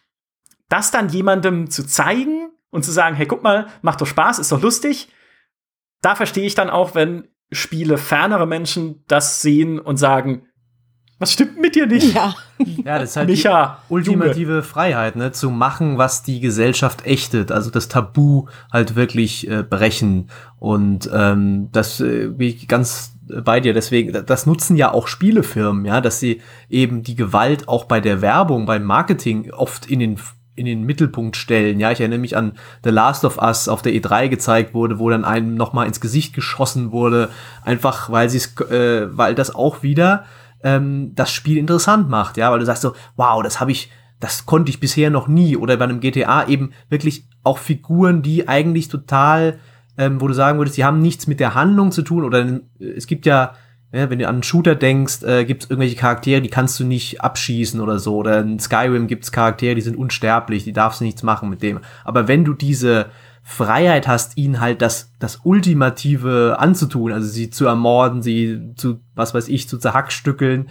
das dann jemandem zu zeigen und zu sagen, hey, guck mal, macht doch Spaß, ist doch lustig, da verstehe ich dann auch, wenn Spiele fernere Menschen das sehen und sagen, was stimmt mit dir nicht? Ja, das ist halt Micha, die ultimative Junge. Freiheit, ne, zu machen, was die Gesellschaft ächtet, also das Tabu halt wirklich brechen. Und das bin ich ganz bei dir. Deswegen, das nutzen ja auch Spielefirmen, ja, dass sie eben die Gewalt auch bei der Werbung, beim Marketing oft in den Mittelpunkt stellen. Ja, ich erinnere mich an The Last of Us auf der E3 gezeigt wurde, wo dann einem noch mal ins Gesicht geschossen wurde, einfach weil das auch wieder das Spiel interessant macht, ja, weil du sagst so, wow, das konnte ich bisher noch nie, oder bei einem GTA eben wirklich auch Figuren, die eigentlich total, wo du sagen würdest, die haben nichts mit der Handlung zu tun, oder es gibt ja, wenn du an einen Shooter denkst, gibt es irgendwelche Charaktere, die kannst du nicht abschießen oder so, oder in Skyrim gibt es Charaktere, die sind unsterblich, die darfst du nichts machen mit dem, aber wenn du diese Freiheit hast, ihnen halt das Ultimative anzutun, also sie zu ermorden, sie zu, was weiß ich, zu zerhackstückeln.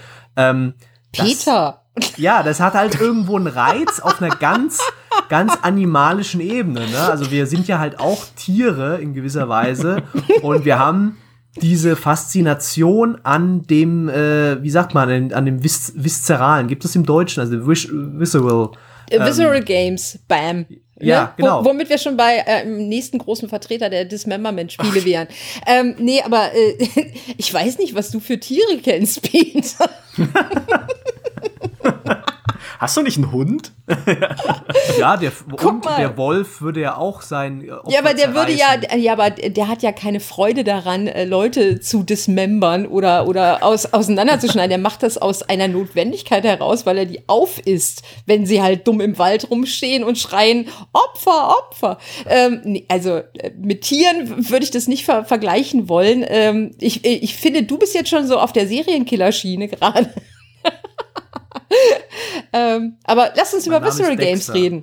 Peter! Das hat halt irgendwo einen Reiz auf einer ganz animalischen Ebene, ne? Also wir sind ja halt auch Tiere in gewisser Weise und wir haben diese Faszination an dem, wie sagt man, an dem Viszeralen. Gibt es im Deutschen, also Visceral Games, bam. Ja, genau. Womit wir schon bei im nächsten großen Vertreter der Dismemberment-Spiele wären. Nee, aber ich weiß nicht, was du für Tiere kennst, Peter. Hast du nicht einen Hund? Ja, der Wolf würde ja auch sein. Ja, aber der würde aber der hat ja keine Freude daran, Leute zu dismembern oder auseinanderzuschneiden. Der macht das aus einer Notwendigkeit heraus, weil er die aufisst, wenn sie halt dumm im Wald rumstehen und schreien, Opfer, Opfer. Also mit Tieren würde ich das nicht vergleichen wollen. Ich finde, du bist jetzt schon so auf der Serienkiller-Schiene gerade. Aber lass uns über Visceral Games reden.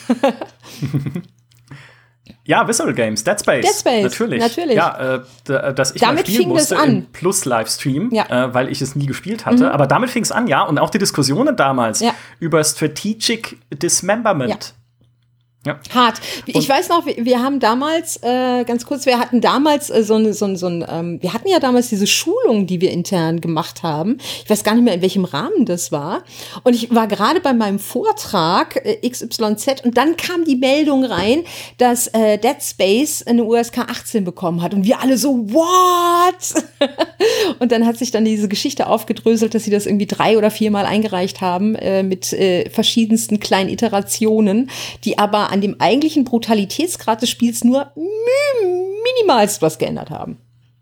Ja, Visceral Games, Dead Space. Natürlich. Ja, dass ich damit mal spielen musste im Plus-Livestream, weil ich es nie gespielt hatte. Aber damit fing es an, ja. Und auch die Diskussionen damals über Strategic Dismemberment. Ja. Hart. Ich weiß noch, wir haben damals, ganz kurz, wir hatten damals wir hatten ja damals diese Schulung, die wir intern gemacht haben. Ich weiß gar nicht mehr, in welchem Rahmen das war. Und ich war gerade bei meinem Vortrag XYZ und dann kam die Meldung rein, dass Dead Space eine USK 18 bekommen hat. Und wir alle so, what? Und dann hat sich dann diese Geschichte aufgedröselt, dass sie das irgendwie 3 oder 4 Mal eingereicht haben mit verschiedensten kleinen Iterationen, die aber an dem eigentlichen Brutalitätsgrad des Spiels nur minimalst was geändert haben.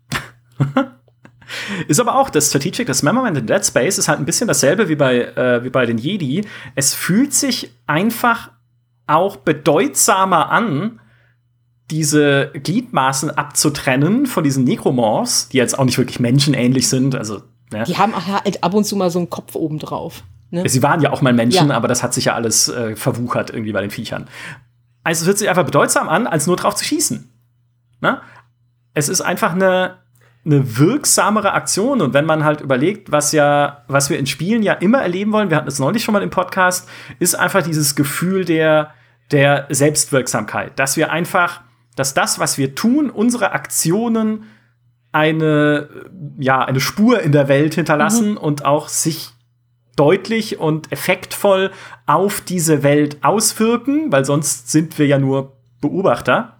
Ist aber auch das Strategic Dismemberment in Dead Space ist halt ein bisschen dasselbe wie bei den Jedi. Es fühlt sich einfach auch bedeutsamer an, diese Gliedmaßen abzutrennen von diesen Necromorphs, die jetzt auch nicht wirklich menschenähnlich sind. Also, ne? Die haben halt ab und zu mal so einen Kopf oben drauf. Ne? Sie waren ja auch mal Menschen, aber das hat sich ja alles verwuchert irgendwie bei den Viechern. Also es hört sich einfach bedeutsam an, als nur drauf zu schießen. Ne? Es ist einfach eine wirksamere Aktion. Und wenn man halt überlegt, was wir in Spielen ja immer erleben wollen, wir hatten es neulich schon mal im Podcast, ist einfach dieses Gefühl der Selbstwirksamkeit. Dass das, was wir tun, unsere Aktionen eine Spur in der Welt hinterlassen und auch sich deutlich und effektvoll auf diese Welt auswirken, weil sonst sind wir ja nur Beobachter.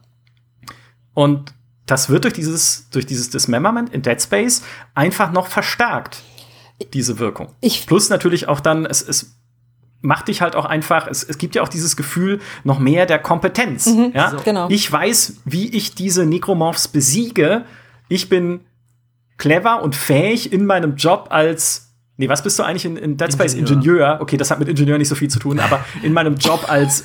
Und das wird durch dieses Dismemberment in Dead Space einfach noch verstärkt, diese Wirkung. Plus natürlich auch dann, es macht dich halt auch einfach, es gibt ja auch dieses Gefühl noch mehr der Kompetenz. Ja? So. Genau. Ich weiß, wie ich diese Necromorphs besiege. Ich bin clever und fähig in meinem Job als was bist du eigentlich in Dead Space? Ingenieur. Okay, das hat mit Ingenieur nicht so viel zu tun, aber in meinem Job als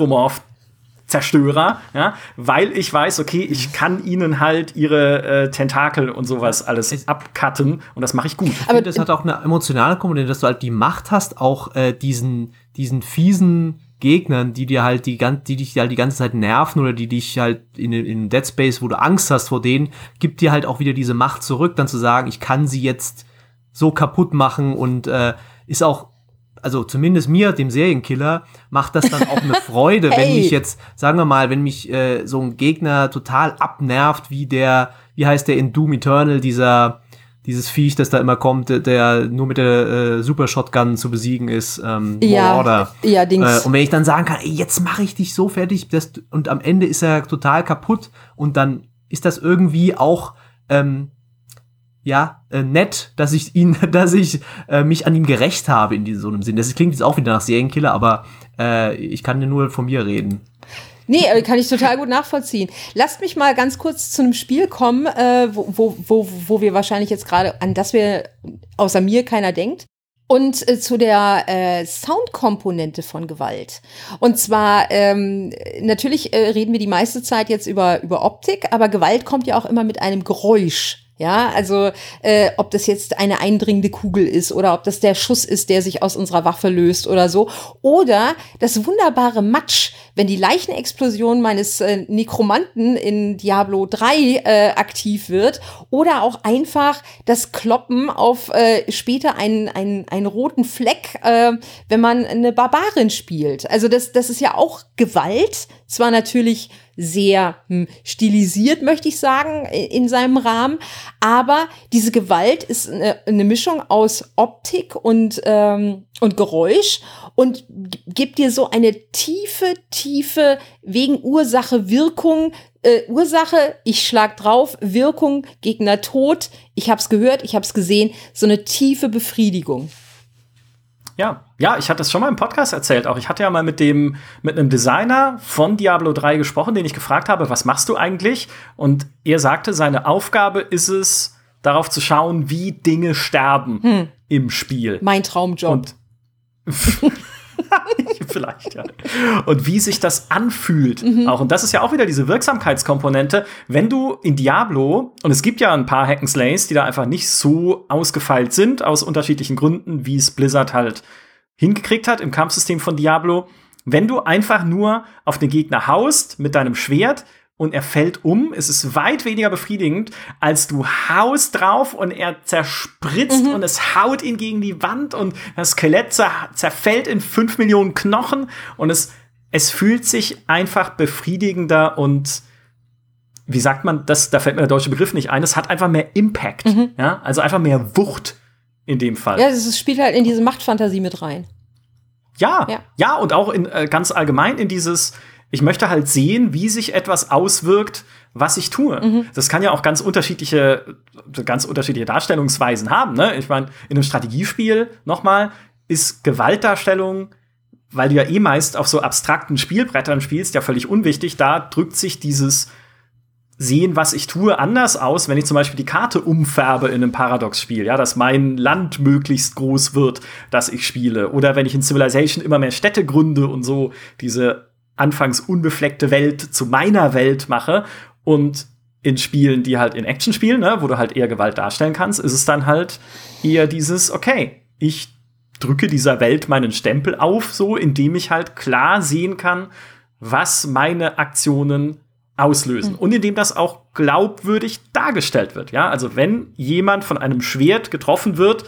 Necromorph-Zerstörer, ja, weil ich weiß, okay, ich kann ihnen halt ihre Tentakel und sowas alles abcutten und das mache ich gut. Aber das hat auch eine emotionale Komponente, dass du halt die Macht hast, auch diesen fiesen Gegnern, die dich halt die ganze Zeit nerven oder die dich halt in Dead Space, wo du Angst hast vor denen, gibt dir halt auch wieder diese Macht zurück, dann zu sagen, ich kann sie jetzt so kaputt machen und ist auch, also zumindest mir, dem Serienkiller, macht das dann auch eine Freude, wenn mich jetzt, sagen wir mal, wenn mich so ein Gegner total abnervt, wie heißt der in Doom Eternal, dieses Viech, das da immer kommt, der nur mit der Super Shotgun zu besiegen ist, Marauder. Ja, Dings. Und wenn ich dann sagen kann, jetzt mache ich dich so fertig, und am Ende ist er total kaputt und dann ist das irgendwie auch nett, dass ich mich an ihm gerecht habe in so einem Sinn. Das klingt jetzt auch wieder nach Serienkiller, aber ich kann nur von mir reden. Nee, kann ich total gut nachvollziehen. Lasst mich mal ganz kurz zu einem Spiel kommen, wo wir wahrscheinlich jetzt gerade, an das wir außer mir keiner denkt. Und zu der Soundkomponente von Gewalt. Und zwar, natürlich reden wir die meiste Zeit jetzt über Optik, aber Gewalt kommt ja auch immer mit einem Geräusch. Ja, also ob das jetzt eine eindringende Kugel ist oder ob das der Schuss ist, der sich aus unserer Waffe löst oder so. Oder das wunderbare Matsch, wenn die Leichenexplosion meines Nekromanten in Diablo 3 aktiv wird. Oder auch einfach das Kloppen auf später einen roten Fleck, wenn man eine Barbarin spielt. Also das ist ja auch Gewalt, zwar natürlich sehr stilisiert, möchte ich sagen, in seinem Rahmen. Aber diese Gewalt ist eine Mischung aus Optik und Geräusch und gibt dir so eine tiefe wegen Ursache-Wirkung. Ursache, ich schlag drauf, Wirkung, Gegner tot, ich hab's gehört, ich hab's gesehen, so eine tiefe Befriedigung. Ja, ich hatte das schon mal im Podcast erzählt auch. Ich hatte ja mal mit einem Designer von Diablo 3 gesprochen, den ich gefragt habe, was machst du eigentlich? Und er sagte, seine Aufgabe ist es, darauf zu schauen, wie Dinge sterben im Spiel. Mein Traumjob. Und vielleicht, ja. Und wie sich das anfühlt auch. Und das ist ja auch wieder diese Wirksamkeitskomponente. Wenn du in Diablo, und es gibt ja ein paar Hack'n'Slays, die da einfach nicht so ausgefeilt sind, aus unterschiedlichen Gründen, wie es Blizzard halt hingekriegt hat im Kampfsystem von Diablo. Wenn du einfach nur auf den Gegner haust mit deinem Schwert und er fällt um, ist es weit weniger befriedigend, als du haust drauf und er zerspritzt und es haut ihn gegen die Wand und das Skelett zerfällt in 5 Millionen Knochen und es fühlt sich einfach befriedigender und wie sagt man, da fällt mir der deutsche Begriff nicht ein, es hat einfach mehr Impact, ja, also einfach mehr Wucht in dem Fall. Ja, das spielt halt in diese Machtfantasie mit rein. Ja, und auch ganz allgemein in dieses, ich möchte halt sehen, wie sich etwas auswirkt, was ich tue. Das kann ja auch ganz unterschiedliche Darstellungsweisen haben. Ne? Ich meine, in einem Strategiespiel nochmal ist Gewaltdarstellung, weil du ja meist auf so abstrakten Spielbrettern spielst, ja völlig unwichtig. Da drückt sich dieses Sehen, was ich tue, anders aus, wenn ich zum Beispiel die Karte umfärbe in einem Paradox-Spiel, ja, dass mein Land möglichst groß wird, das ich spiele. Oder wenn ich in Civilization immer mehr Städte gründe und so diese anfangs unbefleckte Welt zu meiner Welt mache. Und in Spielen, die halt in Action spielen, ne, wo du halt eher Gewalt darstellen kannst, ist es dann halt eher dieses, okay, ich drücke dieser Welt meinen Stempel auf, so, indem ich halt klar sehen kann, was meine Aktionen auslösen. Und indem das auch glaubwürdig dargestellt wird. Ja, also wenn jemand von einem Schwert getroffen wird,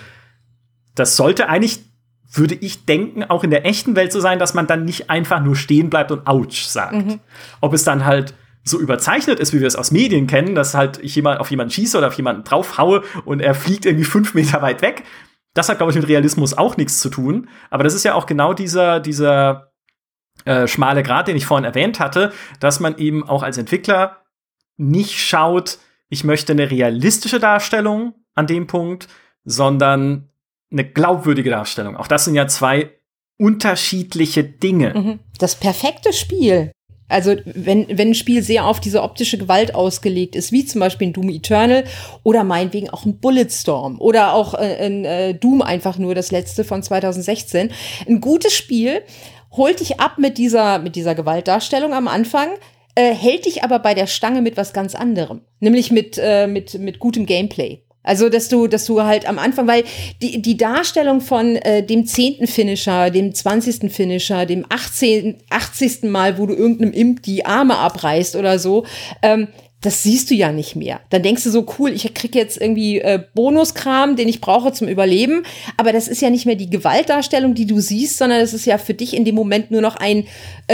das sollte eigentlich, würde ich denken, auch in der echten Welt so sein, dass man dann nicht einfach nur stehen bleibt und Autsch sagt. Ob es dann halt so überzeichnet ist, wie wir es aus Medien kennen, dass halt ich auf jemanden schieße oder auf jemanden draufhaue und er fliegt irgendwie 5 Meter weit weg. Das hat, glaube ich, mit Realismus auch nichts zu tun. Aber das ist ja auch genau dieser schmale Grat, den ich vorhin erwähnt hatte, dass man eben auch als Entwickler nicht schaut, ich möchte eine realistische Darstellung an dem Punkt, sondern eine glaubwürdige Darstellung. Auch das sind ja 2 unterschiedliche Dinge. Das perfekte Spiel. Also wenn ein Spiel sehr auf diese optische Gewalt ausgelegt ist, wie zum Beispiel in Doom Eternal oder meinetwegen auch ein Bulletstorm oder auch in Doom einfach nur das letzte von 2016. Ein gutes Spiel holt dich ab mit dieser Gewaltdarstellung am Anfang, hält dich aber bei der Stange mit was ganz anderem, nämlich mit gutem Gameplay. Also, dass du halt am Anfang, weil die Darstellung von dem 10. Finisher, dem 20. Finisher, dem 80. Mal, wo du irgendeinem Imp die Arme abreißt oder so, das siehst du ja nicht mehr. Dann denkst du so, cool, ich krieg jetzt irgendwie Bonuskram, den ich brauche zum Überleben. Aber das ist ja nicht mehr die Gewaltdarstellung, die du siehst, sondern es ist ja für dich in dem Moment nur noch ein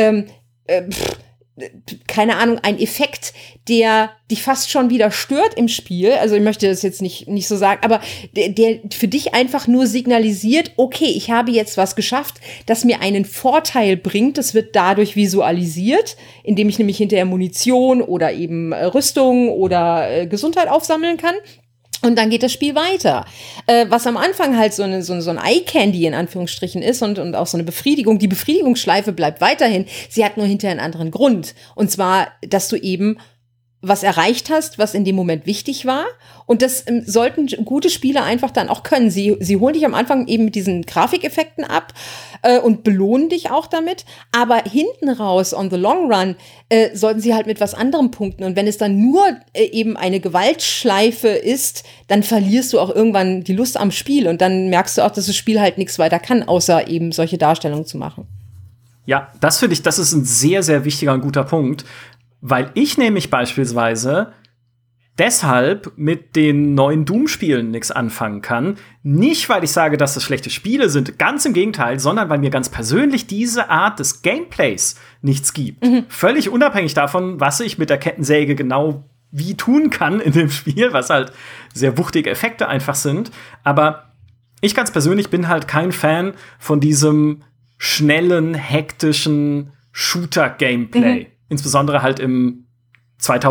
keine Ahnung, ein Effekt, der dich fast schon wieder stört im Spiel. Also ich möchte das jetzt nicht so sagen, aber der für dich einfach nur signalisiert, okay, ich habe jetzt was geschafft, das mir einen Vorteil bringt. Das wird dadurch visualisiert, indem ich nämlich hinterher Munition oder eben Rüstung oder Gesundheit aufsammeln kann. Und dann geht das Spiel weiter. Was am Anfang halt so ein Eye-Candy in Anführungsstrichen ist und auch so eine Befriedigung. Die Befriedigungsschleife bleibt weiterhin. Sie hat nur hinterher einen anderen Grund. Und zwar, dass du eben was erreicht hast, was in dem Moment wichtig war. Und das sollten gute Spiele einfach dann auch können. Sie holen dich am Anfang eben mit diesen Grafikeffekten ab und belohnen dich auch damit. Aber hinten raus, on the long run, sollten sie halt mit was anderem punkten. Und wenn es dann nur eben eine Gewaltschleife ist, dann verlierst du auch irgendwann die Lust am Spiel. Und dann merkst du auch, dass das Spiel halt nichts weiter kann, außer eben solche Darstellungen zu machen. Ja, das finde ich, das ist ein sehr, sehr wichtiger und guter Punkt. Weil ich nämlich beispielsweise deshalb mit den neuen Doom-Spielen nichts anfangen kann. Nicht, weil ich sage, dass das schlechte Spiele sind, ganz im Gegenteil, sondern weil mir ganz persönlich diese Art des Gameplays nichts gibt. Völlig unabhängig davon, was ich mit der Kettensäge genau wie tun kann in dem Spiel, was halt sehr wuchtige Effekte einfach sind. Aber ich ganz persönlich bin halt kein Fan von diesem schnellen, hektischen Shooter-Gameplay. Insbesondere halt im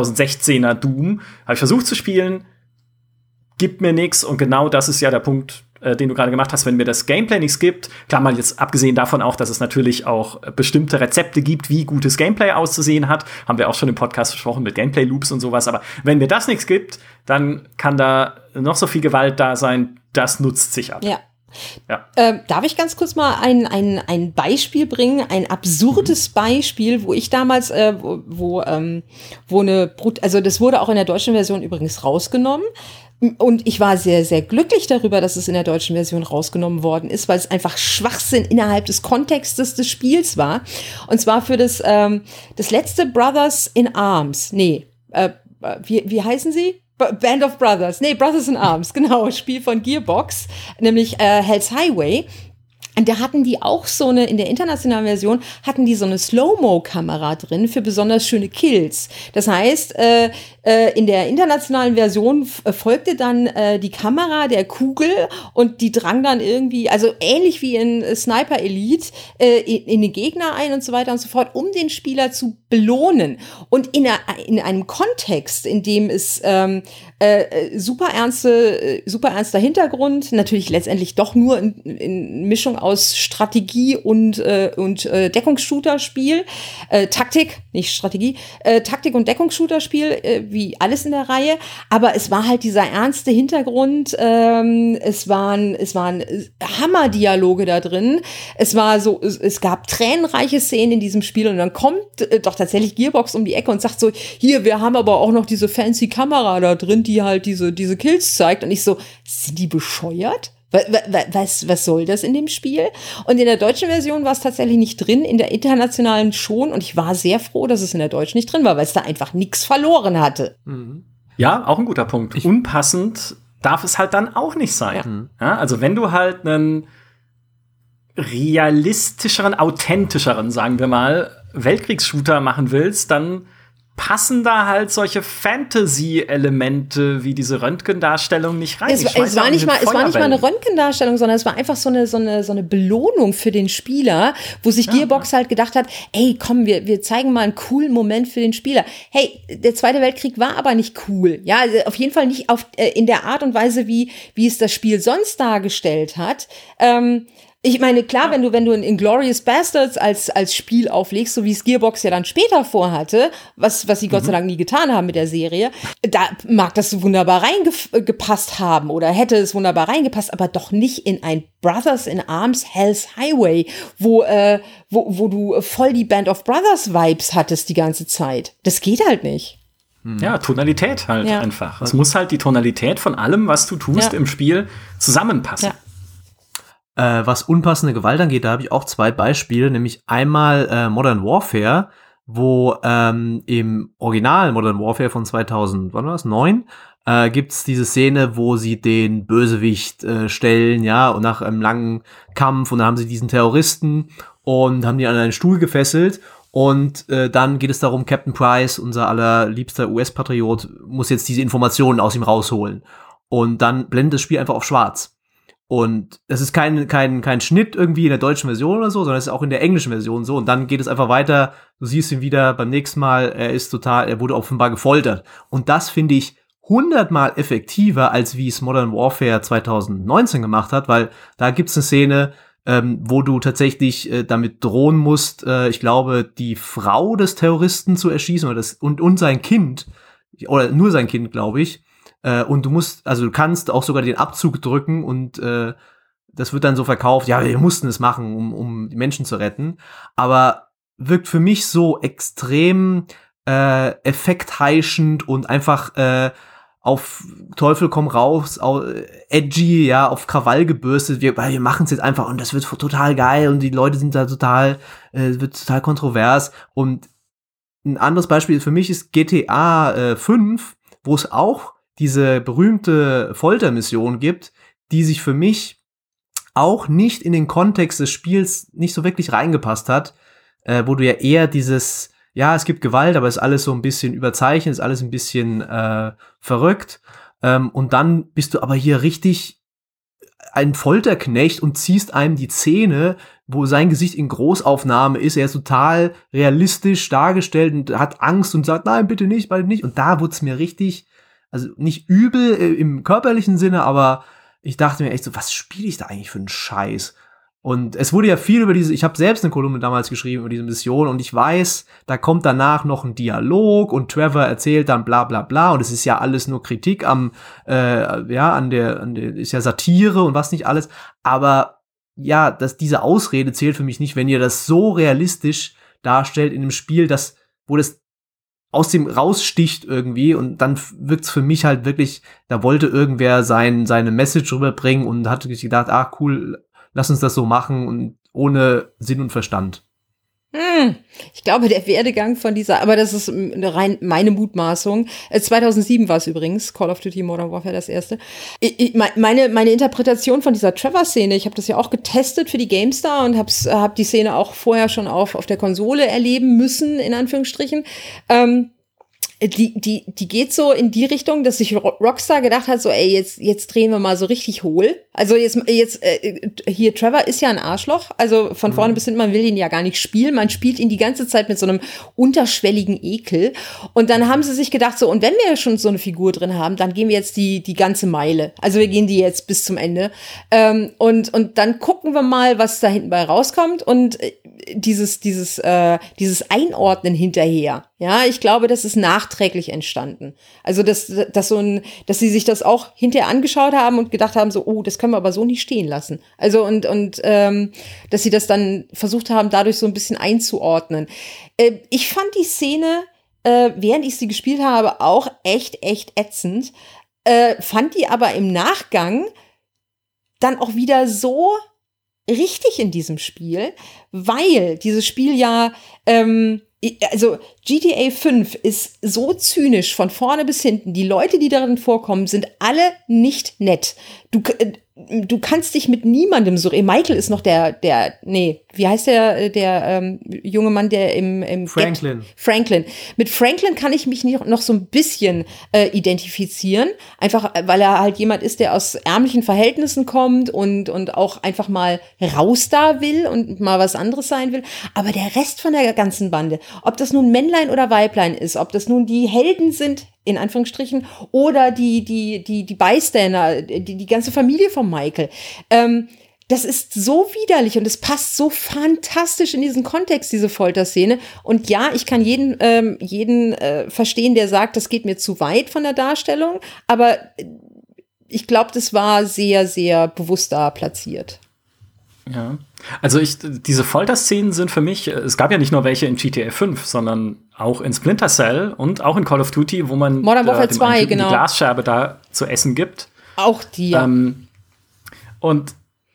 2016er Doom habe ich versucht zu spielen, gibt mir nichts und genau das ist ja der Punkt, den du gerade gemacht hast, wenn mir das Gameplay nichts gibt, klar, mal jetzt abgesehen davon auch, dass es natürlich auch bestimmte Rezepte gibt, wie gutes Gameplay auszusehen hat, haben wir auch schon im Podcast besprochen mit Gameplay-Loops und sowas, aber wenn mir das nichts gibt, dann kann da noch so viel Gewalt da sein, das nutzt sich ab. Ja. Ja. Darf ich ganz kurz mal ein Beispiel bringen, ein absurdes Beispiel, wo ich damals, wo also das wurde auch in der deutschen Version übrigens rausgenommen. Und ich war sehr, sehr glücklich darüber, dass es in der deutschen Version rausgenommen worden ist, weil es einfach Schwachsinn innerhalb des Kontextes des Spiels war. Und zwar für das letzte Brothers in Arms. Nee, wie heißen sie? Band of Brothers. Nee, Brothers in Arms, genau. Spiel von Gearbox, nämlich Hell's Highway. Und da hatten die auch in der internationalen Version, hatten die so eine Slow-Mo-Kamera drin für besonders schöne Kills. Das heißt, in der internationalen Version folgte dann die Kamera der Kugel und die drang dann irgendwie, also ähnlich wie in Sniper Elite, in den Gegner ein und so weiter und so fort, um den Spieler zu belohnen. Und in einem Kontext, in dem es super ernster Hintergrund, natürlich letztendlich doch nur in Mischung aus Strategie und Deckungsshooter-Spiel, Taktik, nicht Strategie, Taktik- und Deckungsshooter-Spiel, wie alles in der Reihe, aber es war halt dieser ernste Hintergrund, es waren Hammerdialoge da drin, es gab tränenreiche Szenen in diesem Spiel und dann kommt doch tatsächlich Gearbox um die Ecke und sagt so, hier, wir haben aber auch noch diese fancy Kamera da drin, die halt diese Kills zeigt, und ich so, sind die bescheuert? Was soll das in dem Spiel? Und in der deutschen Version war es tatsächlich nicht drin, in der internationalen schon, und ich war sehr froh, dass es in der deutschen nicht drin war, weil es da einfach nichts verloren hatte. Ja, auch ein guter Punkt. Unpassend darf es halt dann auch nicht sein. Ja, also wenn du halt einen realistischeren, authentischeren, sagen wir mal, Weltkriegsshooter machen willst, dann passen da halt solche Fantasy-Elemente wie diese Röntgendarstellung nicht rein. Es war nicht mal eine Röntgendarstellung, sondern es war einfach so eine Belohnung für den Spieler, wo sich Gearbox halt gedacht hat, ey, komm, wir zeigen mal einen coolen Moment für den Spieler. Hey, der Zweite Weltkrieg war aber nicht cool. Ja, also auf jeden Fall nicht in der Art und Weise, wie es das Spiel sonst dargestellt hat. Ich meine, klar, wenn du in Inglourious Bastards als Spiel auflegst, so wie es Gearbox ja dann später vorhatte, was sie Gott sei Dank nie getan haben mit der Serie, da mag das wunderbar reingepasst haben oder hätte es wunderbar reingepasst, aber doch nicht in ein Brothers in Arms Hell's Highway, wo du voll die Band of Brothers Vibes hattest die ganze Zeit. Das geht halt nicht. Ja, Tonalität halt einfach. Es muss halt die Tonalität von allem, was du tust im Spiel, zusammenpassen. Ja. Was unpassende Gewalt angeht, da habe ich auch zwei Beispiele, nämlich einmal Modern Warfare, wo im Original Modern Warfare von 2009 gibt's diese Szene, wo sie den Bösewicht stellen, ja, und nach einem langen Kampf, und dann haben sie diesen Terroristen und haben die an einen Stuhl gefesselt, und dann geht es darum, Captain Price, unser allerliebster US-Patriot, muss jetzt diese Informationen aus ihm rausholen, und dann blendet das Spiel einfach auf schwarz. Und das ist kein Schnitt irgendwie in der deutschen Version oder so, sondern es ist auch in der englischen Version so. Und dann geht es einfach weiter. Du siehst ihn wieder beim nächsten Mal. Er wurde offenbar gefoltert. Und das finde ich 100-mal effektiver, als wie es Modern Warfare 2019 gemacht hat, weil da gibt's eine Szene, wo du tatsächlich damit drohen musst, ich glaube, die Frau des Terroristen zu erschießen und sein Kind, oder nur sein Kind, glaube ich. Und du kannst auch sogar den Abzug drücken, und das wird dann so verkauft, ja, wir mussten es machen, um die Menschen zu retten. Aber wirkt für mich so extrem effektheischend und einfach auf Teufel komm raus, edgy, ja, auf Krawall gebürstet. Wir machen es jetzt einfach, und das wird total geil, und die Leute sind da wird total kontrovers. Und ein anderes Beispiel für mich ist GTA 5, wo es auch diese berühmte Foltermission gibt, die sich für mich auch nicht in den Kontext des Spiels nicht so wirklich reingepasst hat, wo du ja eher dieses, ja, es gibt Gewalt, aber es ist alles so ein bisschen überzeichnet, ist alles ein bisschen verrückt, und dann bist du aber hier richtig ein Folterknecht und ziehst einem die Zähne, wo sein Gesicht in Großaufnahme ist, er ist total realistisch dargestellt und hat Angst und sagt, nein, bitte nicht, bald nicht, und da wurde es mir richtig, also nicht übel im körperlichen Sinne, aber ich dachte mir echt so, was spiele ich da eigentlich für einen Scheiß? Und es wurde ja viel über ich habe selbst eine Kolumne damals geschrieben über diese Mission und ich weiß, da kommt danach noch ein Dialog und Trevor erzählt dann bla bla bla und es ist ja alles nur Kritik an der ist ja Satire und was nicht alles, aber ja, diese Ausrede zählt für mich nicht, wenn ihr das so realistisch darstellt in einem Spiel, wo das aus dem raussticht irgendwie und dann wirkt's für mich halt wirklich, da wollte irgendwer seine Message rüberbringen und hat sich gedacht, cool, lass uns das so machen und ohne Sinn und Verstand. Ich glaube, der Werdegang von aber das ist rein meine Mutmaßung. 2007 war es übrigens, Call of Duty Modern Warfare das erste. Meine Interpretation von dieser Trevor-Szene, ich habe das ja auch getestet für die GameStar und hab die Szene auch vorher schon auf der Konsole erleben müssen, in Anführungsstrichen. Die geht so in die Richtung, dass sich Rockstar gedacht hat, so, ey, jetzt drehen wir mal so richtig hohl. Also hier, Trevor ist ja ein Arschloch. Also von vorne bis hinten, man will ihn ja gar nicht spielen. Man spielt ihn die ganze Zeit mit so einem unterschwelligen Ekel. Und dann haben sie sich gedacht, so, und wenn wir schon so eine Figur drin haben, dann gehen wir jetzt die ganze Meile. Also wir gehen die jetzt bis zum Ende. Und dann gucken wir mal, was da hinten bei rauskommt. Und dieses Einordnen hinterher. Ja, ich glaube, das ist nachträglich entstanden. Also, dass sie sich das auch hinterher angeschaut haben und gedacht haben, so, oh, das können wir aber so nicht stehen lassen. Also, und dass sie das dann versucht haben, dadurch so ein bisschen einzuordnen. Ich fand die Szene, während ich sie gespielt habe, auch echt ätzend. Fand die aber im Nachgang dann auch wieder so richtig in diesem Spiel, weil dieses Spiel ja, also GTA 5 ist so zynisch von vorne bis hinten. Die Leute, die darin vorkommen, sind alle nicht nett. Du kannst dich mit niemandem so. Michael ist noch wie heißt der junge Mann, der im Franklin. Franklin. Mit Franklin kann ich mich noch so ein bisschen identifizieren. Einfach, weil er halt jemand ist, der aus ärmlichen Verhältnissen kommt und auch einfach mal raus da will und mal was anderes sein will. Aber der Rest von der ganzen Bande, ob das nun Männlein oder Weiblein ist, ob das nun die Helden sind, in Anführungsstrichen, oder die Bystander, die ganze Familie von Michael. Das ist so widerlich und es passt so fantastisch in diesen Kontext, diese Folterszene. Und ja, ich kann jeden verstehen, der sagt, das geht mir zu weit von der Darstellung, aber ich glaube, das war sehr, sehr bewusst da platziert. Ja, also diese Folterszenen sind für mich, es gab ja nicht nur welche in GTA 5, sondern auch in Splinter Cell und auch in Call of Duty, wo man Modern Warfare 2, die Glasscherbe da zu essen gibt. Auch die, ja. Und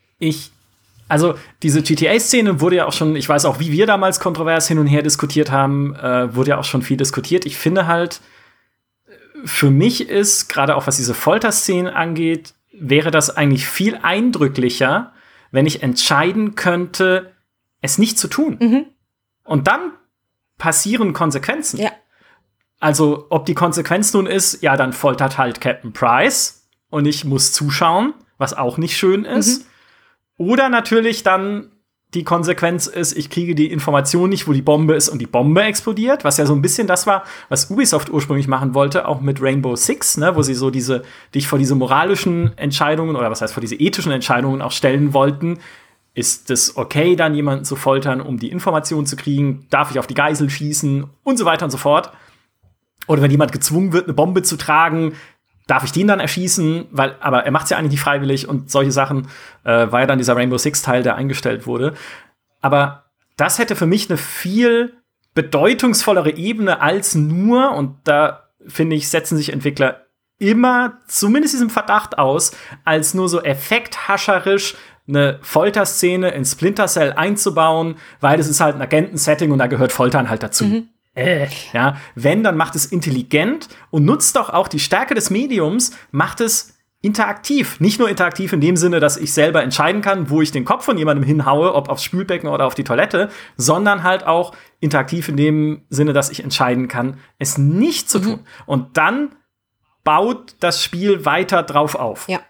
also diese GTA-Szene wurde ja auch schon, ich weiß auch, wie wir damals kontrovers hin und her diskutiert haben, wurde ja auch schon viel diskutiert. Ich finde halt, für mich ist, gerade auch was diese Folterszenen angeht, wäre das eigentlich viel eindrücklicher, wenn ich entscheiden könnte, es nicht zu tun. Mhm. Und dann passieren Konsequenzen. Ja. Also, ob die Konsequenz nun ist, ja, dann foltert halt Captain Price und ich muss zuschauen, was auch nicht schön ist. Mhm. Oder natürlich dann die Konsequenz ist, ich kriege die Information nicht, wo die Bombe ist und die Bombe explodiert, was ja so ein bisschen das war, was Ubisoft ursprünglich machen wollte, auch mit Rainbow Six, ne, wo sie so dich vor diese moralischen Entscheidungen oder was heißt vor diese ethischen Entscheidungen auch stellen wollten. Ist es okay, dann jemanden zu foltern, um die Information zu kriegen? Darf ich auf die Geisel schießen? Und so weiter und so fort. Oder wenn jemand gezwungen wird, eine Bombe zu tragen, darf ich den dann erschießen? Aber er macht es ja eigentlich nicht freiwillig und solche Sachen, war ja dann dieser Rainbow Six-Teil, der eingestellt wurde. Aber das hätte für mich eine viel bedeutungsvollere Ebene als nur, und da finde ich, setzen sich Entwickler immer zumindest diesem Verdacht aus, als nur so effekthascherisch eine Folterszene in Splinter Cell einzubauen, weil es ist halt ein Agentensetting und da gehört Foltern halt dazu. Mhm. Ja, wenn, dann macht es intelligent und nutzt doch auch die Stärke des Mediums, macht es interaktiv. Nicht nur interaktiv in dem Sinne, dass ich selber entscheiden kann, wo ich den Kopf von jemandem hinhaue, ob aufs Spülbecken oder auf die Toilette, sondern halt auch interaktiv in dem Sinne, dass ich entscheiden kann, es nicht zu tun. Und dann baut das Spiel weiter drauf auf. Ja.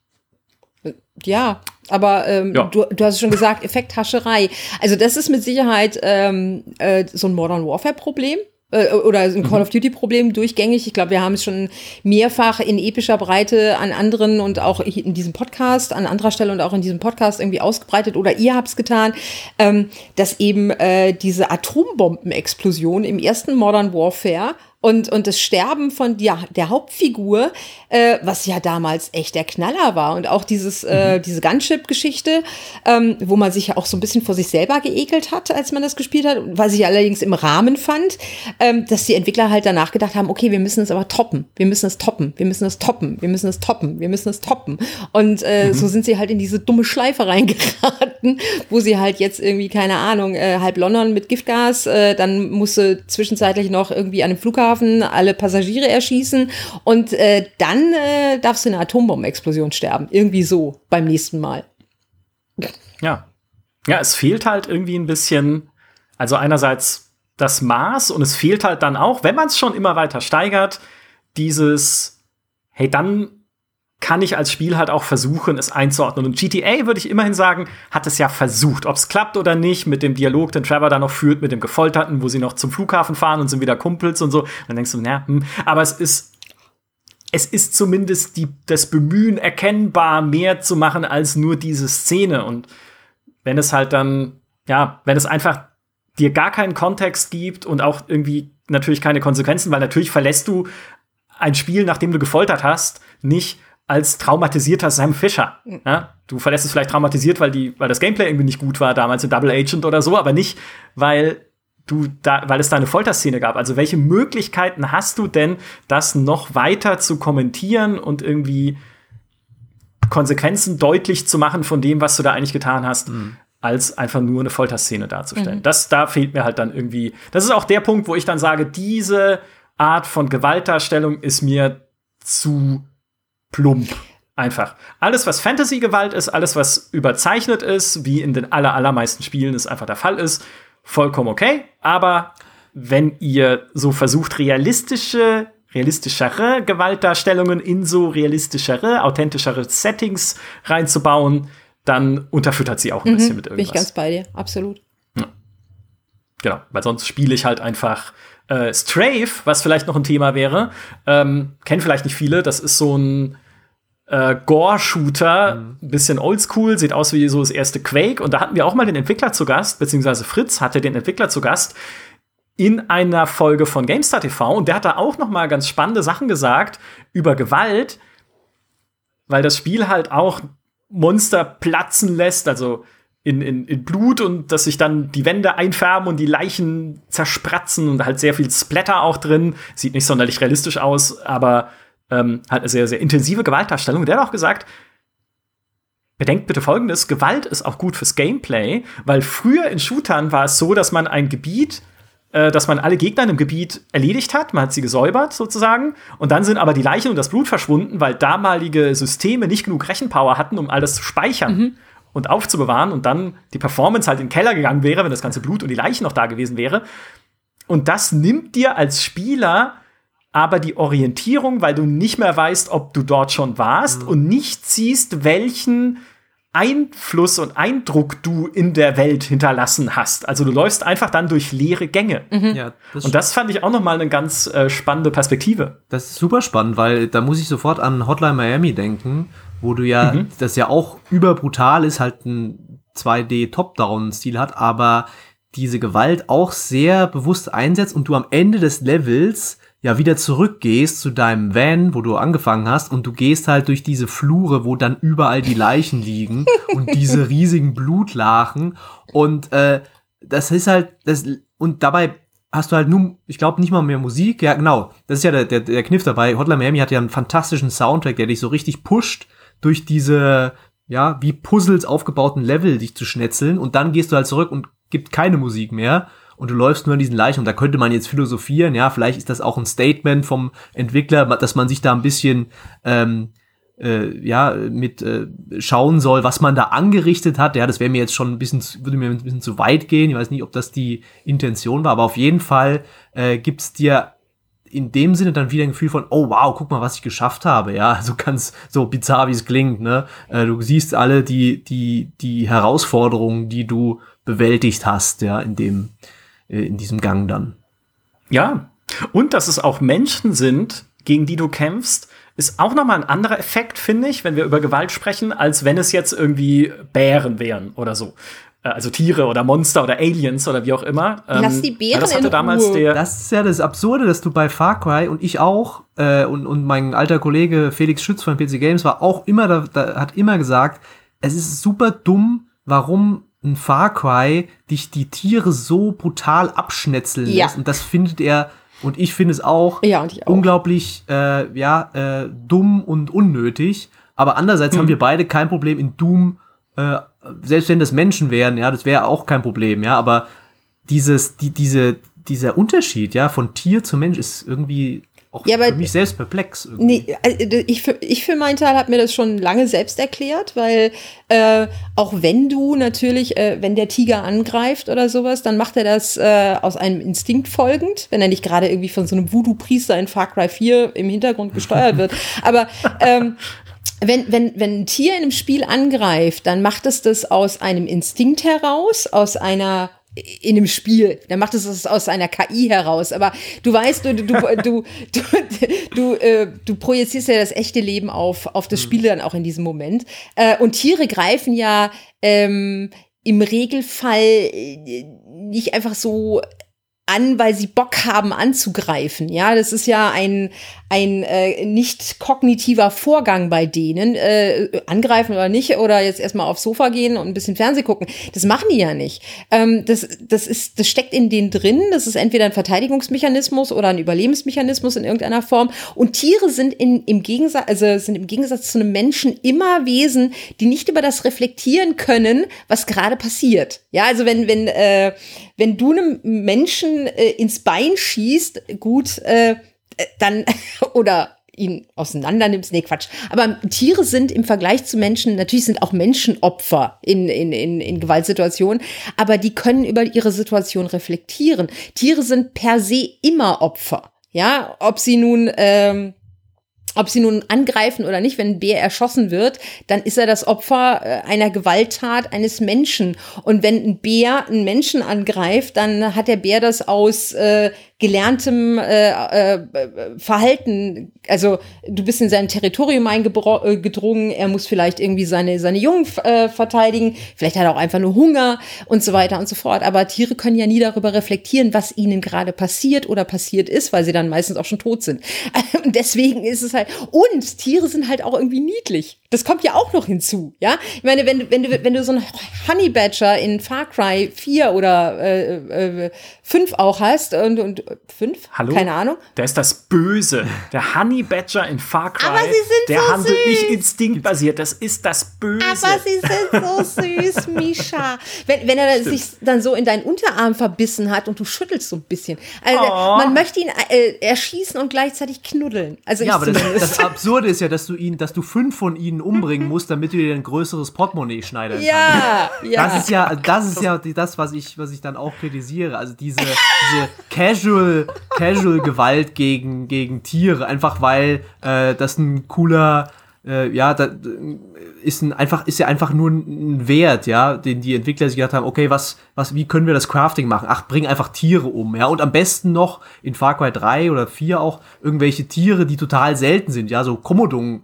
Ja, aber du hast schon gesagt, Effekthascherei. Also das ist mit Sicherheit so ein Modern Warfare-Problem. oder ein Call of Duty Problem durchgängig. Ich glaube, wir haben es schon mehrfach in epischer Breite an anderen und auch in diesem Podcast, an anderer Stelle und auch in diesem Podcast irgendwie ausgebreitet oder ihr habt es getan, dass eben diese Atombombenexplosion im ersten Modern Warfare und das Sterben von der Hauptfigur, was ja damals echt der Knaller war. Und auch diese Gunship-Geschichte, wo man sich ja auch so ein bisschen vor sich selber geekelt hat, als man das gespielt hat, was ich allerdings im Rahmen fand, dass die Entwickler halt danach gedacht haben, okay, wir müssen es aber toppen. Wir müssen es toppen. Wir müssen es toppen. Wir müssen es toppen. Wir müssen es toppen. Und so sind sie halt in diese dumme Schleife reingeraten, wo sie halt jetzt irgendwie, keine Ahnung, halb London mit Giftgas, dann musste zwischenzeitlich noch irgendwie an einem Flughafen alle Passagiere erschießen und dann darfst du in einer Atombombenexplosion sterben. Irgendwie so beim nächsten Mal. Ja, es fehlt halt irgendwie ein bisschen, also einerseits das Maß und es fehlt halt dann auch, wenn man es schon immer weiter steigert, dieses, hey, dann kann ich als Spiel halt auch versuchen, es einzuordnen. Und GTA, würde ich immerhin sagen, hat es ja versucht. Ob es klappt oder nicht, mit dem Dialog, den Trevor da noch führt, mit dem Gefolterten, wo sie noch zum Flughafen fahren und sind wieder Kumpels und so. Dann denkst du, aber es ist zumindest das Bemühen, erkennbar mehr zu machen als nur diese Szene. Und wenn es halt dann, wenn es einfach dir gar keinen Kontext gibt und auch irgendwie natürlich keine Konsequenzen, weil natürlich verlässt du ein Spiel, nachdem du gefoltert hast, nicht als traumatisierter Sam Fisher. Ja? Du verlässt es vielleicht traumatisiert, weil das Gameplay irgendwie nicht gut war, damals in Double Agent oder so, aber nicht, weil es da eine Folterszene gab. Also welche Möglichkeiten hast du denn, das noch weiter zu kommentieren und irgendwie Konsequenzen deutlich zu machen von dem, was du da eigentlich getan hast, als einfach nur eine Folterszene darzustellen. Da fehlt mir halt dann irgendwie, das ist auch der Punkt, wo ich dann sage, diese Art von Gewaltdarstellung ist mir zu plump. Einfach. Alles, was Fantasy-Gewalt ist, alles, was überzeichnet ist, wie in den allermeisten Spielen es einfach der Fall ist, vollkommen okay. Aber wenn ihr so versucht, realistischere Gewaltdarstellungen in so realistischere, authentischere Settings reinzubauen, dann unterfüttert sie auch ein bisschen mit irgendwas. Bin ich ganz bei dir, absolut. Ja. Genau, weil sonst spiele ich halt einfach Strafe, was vielleicht noch ein Thema wäre, kennen vielleicht nicht viele, das ist so ein Gore-Shooter, ein bisschen oldschool, sieht aus wie so das erste Quake. Und da hatten wir auch mal den Entwickler zu Gast, beziehungsweise Fritz hatte den Entwickler zu Gast in einer Folge von GameStar TV. Und der hat da auch noch mal ganz spannende Sachen gesagt über Gewalt, weil das Spiel halt auch Monster platzen lässt, also in Blut und dass sich dann die Wände einfärben und die Leichen zerspratzen und halt sehr viel Splatter auch drin. Sieht nicht sonderlich realistisch aus, aber hat eine sehr, sehr intensive Gewaltdarstellung. Der hat auch gesagt, bedenkt bitte Folgendes, Gewalt ist auch gut fürs Gameplay, weil früher in Shootern war es so, dass man ein Gebiet, dass man alle Gegner in einem Gebiet erledigt hat, man hat sie gesäubert sozusagen, und dann sind aber die Leichen und das Blut verschwunden, weil damalige Systeme nicht genug Rechenpower hatten, um alles zu speichern und aufzubewahren und dann die Performance halt in den Keller gegangen wäre, wenn das ganze Blut und die Leichen noch da gewesen wäre. Und das nimmt dir als Spieler aber die Orientierung, weil du nicht mehr weißt, ob du dort schon warst und nicht siehst, welchen Einfluss und Eindruck du in der Welt hinterlassen hast. Also du läufst einfach dann durch leere Gänge. Ja, und das fand ich auch noch mal eine ganz spannende Perspektive. Das ist super spannend, weil da muss ich sofort an Hotline Miami denken, wo du ja, das ja auch überbrutal ist, halt ein 2D-Top-Down-Stil hat, aber diese Gewalt auch sehr bewusst einsetzt und du am Ende des Levels ja wieder zurückgehst zu deinem Van, wo du angefangen hast, und du gehst halt durch diese Flure, wo dann überall die Leichen liegen und diese riesigen Blutlachen, und das ist halt das, und dabei hast du halt nur, ich glaube, nicht mal mehr Musik. Ja, genau, das ist ja der Kniff dabei. Hotline Miami hat ja einen fantastischen Soundtrack, der dich so richtig pusht, durch diese, ja, wie Puzzles aufgebauten Level dich zu schnetzeln, und dann gehst du halt zurück und gibt keine Musik mehr. Und du läufst nur an diesen Leichen, und da könnte man jetzt philosophieren, ja, vielleicht ist das auch ein Statement vom Entwickler, dass man sich da ein bisschen schauen soll, was man da angerichtet hat. Ja, das wäre mir jetzt schon würde mir ein bisschen zu weit gehen. Ich weiß nicht, ob das die Intention war, aber auf jeden Fall gibt's dir in dem Sinne dann wieder ein Gefühl von, oh wow, guck mal, was ich geschafft habe. Ja, so ganz so bizarr, wie es klingt, ne? Du siehst alle die Herausforderungen, die du bewältigt hast, ja, in diesem Gang dann. Ja, und dass es auch Menschen sind, gegen die du kämpfst, ist auch nochmal ein anderer Effekt, finde ich, wenn wir über Gewalt sprechen, als wenn es jetzt irgendwie Bären wären oder so. Also Tiere oder Monster oder Aliens oder wie auch immer. Lass die Bären das hatte in damals Ruhe. Das ist ja das Absurde, dass du bei Far Cry und ich auch und mein alter Kollege Felix Schütz von PC Games war auch immer, hat immer gesagt, es ist super dumm, warum ein Far Cry dich die Tiere so brutal abschnetzeln lässt. Und das findet er, und ich finde es auch, und ich auch. unglaublich dumm und unnötig. Aber andererseits haben wir beide kein Problem in Doom, selbst wenn das Menschen wären, ja, das wäre auch kein Problem, ja, aber dieser Unterschied, ja, von Tier zu Mensch ist irgendwie auch für mich selbst perplex. Irgendwie. Nee, also ich für meinen Teil habe mir das schon lange selbst erklärt, weil auch wenn du natürlich, wenn der Tiger angreift oder sowas, dann macht er das aus einem Instinkt folgend, wenn er nicht gerade irgendwie von so einem Voodoo-Priester in Far Cry 4 im Hintergrund gesteuert wird. Aber wenn ein Tier in einem Spiel angreift, dann macht es das aus einem Instinkt heraus, in einem Spiel, dann macht es das aus einer KI heraus. Aber du weißt, du projizierst ja das echte Leben auf das Spiel dann auch in diesem Moment. Und Tiere greifen ja im Regelfall nicht einfach so an, weil sie Bock haben anzugreifen. Ja, das ist ja ein nicht kognitiver Vorgang bei denen. Angreifen oder nicht, oder jetzt erstmal aufs Sofa gehen und ein bisschen Fernsehen gucken. Das machen die ja nicht. Das steckt in denen drin. Das ist entweder ein Verteidigungsmechanismus oder ein Überlebensmechanismus in irgendeiner Form. Und Tiere sind im Gegensatz zu einem Menschen immer Wesen, die nicht über das reflektieren können, was gerade passiert. Ja, also wenn du einem Menschen ins Bein schießt, gut, dann oder ihn auseinander nimmst, nee, Quatsch. Aber Tiere sind im Vergleich zu Menschen, natürlich sind auch Menschen Opfer in Gewaltsituationen, aber die können über ihre Situation reflektieren. Tiere sind per se immer Opfer. Ja, ob sie nun angreifen oder nicht, wenn ein Bär erschossen wird, dann ist er das Opfer einer Gewalttat eines Menschen. Und wenn ein Bär einen Menschen angreift, dann hat der Bär das aus gelerntem Verhalten, also du bist in sein Territorium eingedrungen, er muss vielleicht irgendwie seine Jungen verteidigen, vielleicht hat er auch einfach nur Hunger und so weiter und so fort. Aber Tiere können ja nie darüber reflektieren, was ihnen gerade passiert oder passiert ist, weil sie dann meistens auch schon tot sind. Und deswegen ist es halt, und Tiere sind halt auch irgendwie niedlich. Das kommt ja auch noch hinzu, ja? Ich meine, wenn du so einen Honey Badger in Far Cry 4 oder 5 auch hast und 5? Hallo? Keine Ahnung. Der ist das Böse. Der Honey Badger in Far Cry, aber sie sind der so handelt süß. nicht instinktbasiert. Das ist das Böse. Aber sie sind so süß, Misha. Wenn er sich dann so in deinen Unterarm verbissen hat und du schüttelst so ein bisschen. Also man möchte ihn erschießen und gleichzeitig knuddeln. Also ja, aber das Absurde ist ja, dass du 5 von ihnen umbringen musst, damit du dir ein größeres Portemonnaie schneidern kannst. Ja. Das ist ja das, was ich dann auch kritisiere. Also diese Casual Gewalt gegen Tiere, einfach weil das ein cooler ist ja einfach nur ein Wert, ja, den die Entwickler sich gedacht haben, okay, wie können wir das Crafting machen? Ach, bring einfach Tiere um, ja, und am besten noch in Far Cry 3 oder 4 auch irgendwelche Tiere, die total selten sind, ja, so Commodore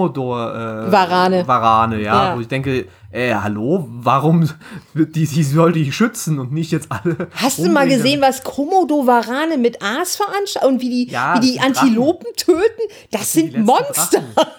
Warane, ja, wo ich denke, hallo, warum die sollte ich schützen und nicht jetzt alle. Hast du mal gesehen, was Komodo Warane mit Aas veranstalten und wie die Antilopen töten? Das sind Monster.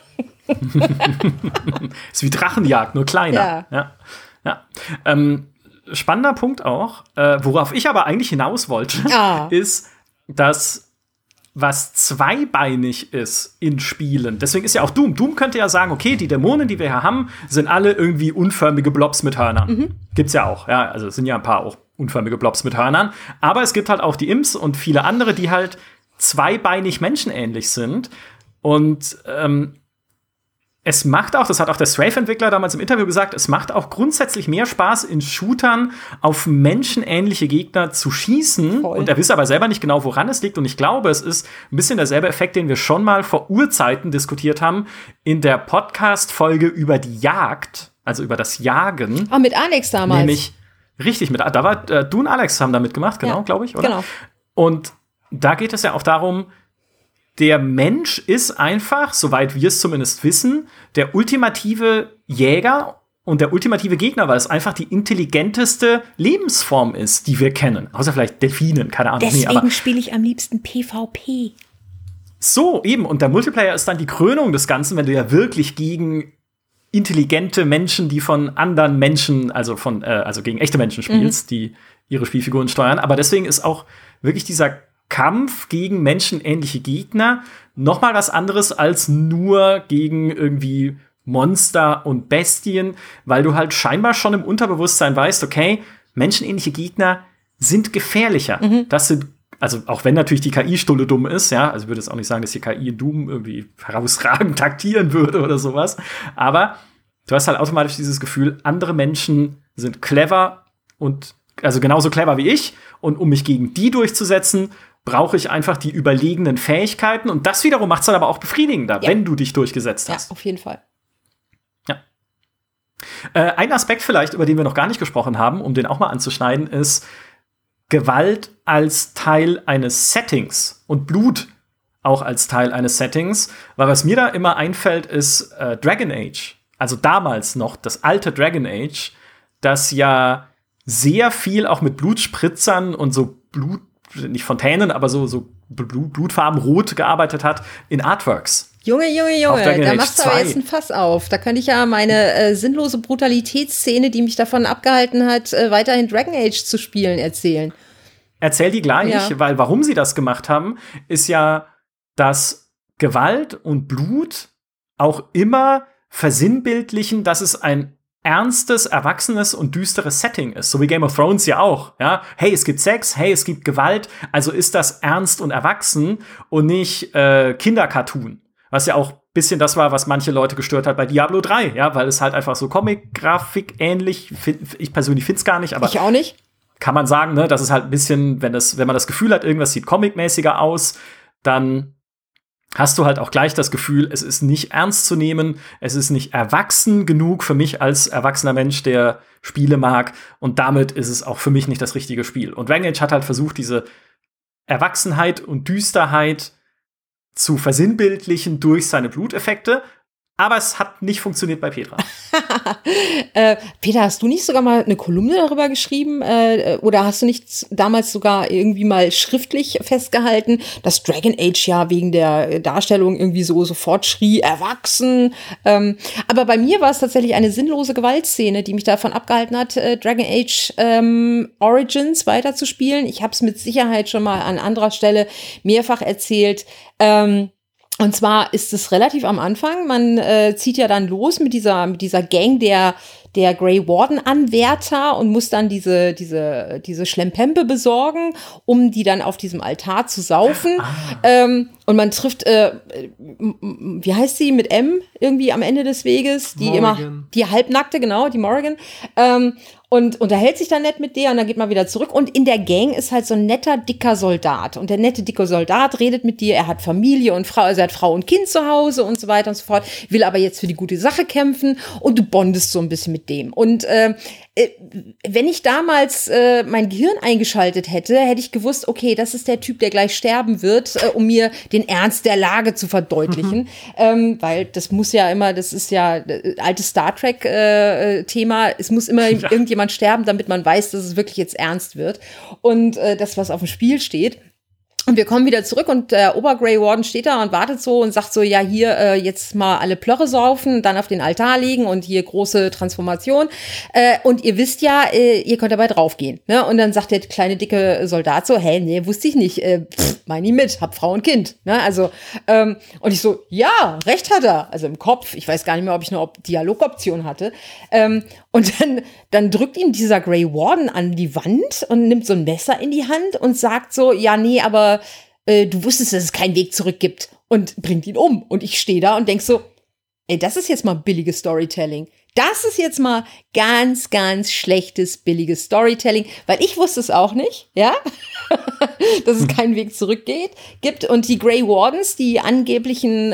Ist wie Drachenjagd, nur kleiner. Ja. Spannender Punkt auch, worauf ich aber eigentlich hinaus wollte, ist, dass was zweibeinig ist in Spielen. Deswegen ist ja auch Doom. Doom könnte ja sagen, okay, die Dämonen, die wir hier haben, sind alle irgendwie unförmige Blobs mit Hörnern. Gibt's ja auch, ja. Also es sind ja ein paar auch unförmige Blobs mit Hörnern. Aber es gibt halt auch die Imps und viele andere, die halt zweibeinig menschenähnlich sind. Und es macht auch, das hat auch der Strafe-Entwickler damals im Interview gesagt, es macht auch grundsätzlich mehr Spaß, in Shootern auf menschenähnliche Gegner zu schießen. Voll. Und er weiß aber selber nicht genau, woran es liegt. Und ich glaube, es ist ein bisschen derselbe Effekt, den wir schon mal vor Urzeiten diskutiert haben, in der Podcast-Folge über die Jagd, also über das Jagen. Mit Alex damals. Nämlich, richtig, da war du und Alex haben da mitgemacht, genau, glaube ich, oder? Genau. Und da geht es ja auch darum, der Mensch ist einfach, soweit wir es zumindest wissen, der ultimative Jäger und der ultimative Gegner, weil es einfach die intelligenteste Lebensform ist, die wir kennen. Außer vielleicht Delfinen, keine Ahnung. Deswegen spiele ich am liebsten PvP. So, eben. Und der Multiplayer ist dann die Krönung des Ganzen, wenn du ja wirklich gegen intelligente Menschen, die von anderen Menschen, also gegen echte Menschen spielst, die ihre Spielfiguren steuern. Aber deswegen ist auch wirklich dieser Kampf gegen menschenähnliche Gegner noch mal was anderes als nur gegen irgendwie Monster und Bestien, weil du halt scheinbar schon im Unterbewusstsein weißt, okay, menschenähnliche Gegner sind gefährlicher. Das sind, also auch wenn natürlich die KI stulle dumm ist, ja, also ich würde jetzt auch nicht sagen, dass die KI in Doom irgendwie herausragend taktieren würde oder sowas, aber du hast halt automatisch dieses Gefühl, andere Menschen sind clever und also genauso clever wie ich, und um mich gegen die durchzusetzen, brauche ich einfach die überlegenen Fähigkeiten, und das wiederum macht es dann aber auch befriedigender, wenn du dich durchgesetzt hast. Ja, auf jeden Fall. Ja. Ein Aspekt vielleicht, über den wir noch gar nicht gesprochen haben, um den auch mal anzuschneiden, ist Gewalt als Teil eines Settings und Blut auch als Teil eines Settings, weil was mir da immer einfällt, ist Dragon Age. Also damals noch, das alte Dragon Age, das ja sehr viel auch mit Blutspritzern und so nicht Fontänen, aber so blutfarbenrot gearbeitet hat in Artworks. Junge, da machst du aber jetzt ein Fass auf. Da könnte ich ja meine sinnlose Brutalitätsszene, die mich davon abgehalten hat, weiterhin Dragon Age zu spielen, erzählen. Erzähl die gleich, weil warum sie das gemacht haben, ist ja, dass Gewalt und Blut auch immer versinnbildlichen, dass es ein ernstes, erwachsenes und düsteres Setting ist. So wie Game of Thrones ja auch. Ja? Hey, es gibt Sex, hey, es gibt Gewalt, also ist das ernst und erwachsen und nicht Kindercartoon. Was ja auch ein bisschen das war, was manche Leute gestört hat bei Diablo 3, ja, weil es halt einfach so Comic-Grafik ähnlich, ich persönlich find's gar nicht, aber ich auch nicht. Kann man sagen, ne, das ist halt ein bisschen, wenn man das Gefühl hat, irgendwas sieht comic-mäßiger aus, dann hast du halt auch gleich das Gefühl, es ist nicht ernst zu nehmen, es ist nicht erwachsen genug für mich als erwachsener Mensch, der Spiele mag, und damit ist es auch für mich nicht das richtige Spiel. Und Dragon Age hat halt versucht, diese Erwachsenheit und Düsterheit zu versinnbildlichen durch seine Bluteffekte, aber es hat nicht funktioniert bei Petra. Peter, hast du nicht sogar mal eine Kolumne darüber geschrieben? Oder hast du nicht damals sogar irgendwie mal schriftlich festgehalten, dass Dragon Age ja wegen der Darstellung irgendwie so sofort schrie, erwachsen? Aber bei mir war es tatsächlich eine sinnlose Gewaltszene, die mich davon abgehalten hat, Dragon Age Origins weiterzuspielen. Ich habe es mit Sicherheit schon mal an anderer Stelle mehrfach erzählt. Und zwar ist es relativ am Anfang. Man zieht ja dann los mit dieser Gang der Grey Warden-Anwärter und muss dann diese Schlempempe besorgen, um die dann auf diesem Altar zu saufen. Und man trifft, wie heißt sie mit M irgendwie am Ende des Weges? Die Halbnackte, genau, die Morrigan. Und unterhält sich dann nett mit der und dann geht man wieder zurück. Und in der Gang ist halt so ein netter, dicker Soldat. Und der nette, dicke Soldat redet mit dir. Er hat Familie und Frau, also er hat Frau und Kind zu Hause und so weiter und so fort. Will aber jetzt für die gute Sache kämpfen. Und du bondest so ein bisschen mit dem. Und wenn ich damals mein Gehirn eingeschaltet hätte, hätte ich gewusst, okay, das ist der Typ, der gleich sterben wird, um mir den Ernst der Lage zu verdeutlichen. Weil das muss ja immer, das ist ja altes Star Trek Thema, es muss immer irgendjemand sterben, damit man weiß, dass es wirklich jetzt ernst wird. Und das, was auf dem Spiel steht. Und wir kommen wieder zurück und der Ober-Grey Warden steht da und wartet so und sagt so, ja, hier jetzt mal alle Plörre saufen, dann auf den Altar legen und hier große Transformation. Und ihr wisst ja, ihr könnt dabei draufgehen. Ne? Und dann sagt der kleine, dicke Soldat so, hey, nee, wusste ich nicht. Mein nie mit, hab Frau und Kind. Ne? Also, und ich so, ja, recht hat er. Also im Kopf, ich weiß gar nicht mehr, ob ich eine Dialogoption hatte. Und dann drückt ihm dieser Grey Warden an die Wand und nimmt so ein Messer in die Hand und sagt so, ja, nee, aber du wusstest, dass es keinen Weg zurück gibt, und bringt ihn um. Und ich stehe da und denk so, ey, das ist jetzt mal billiges Storytelling. Das ist jetzt mal ganz, ganz schlechtes, billiges Storytelling, weil ich wusste es auch nicht, ja, dass es keinen Weg zurück gibt. Und die Grey Wardens, die angeblichen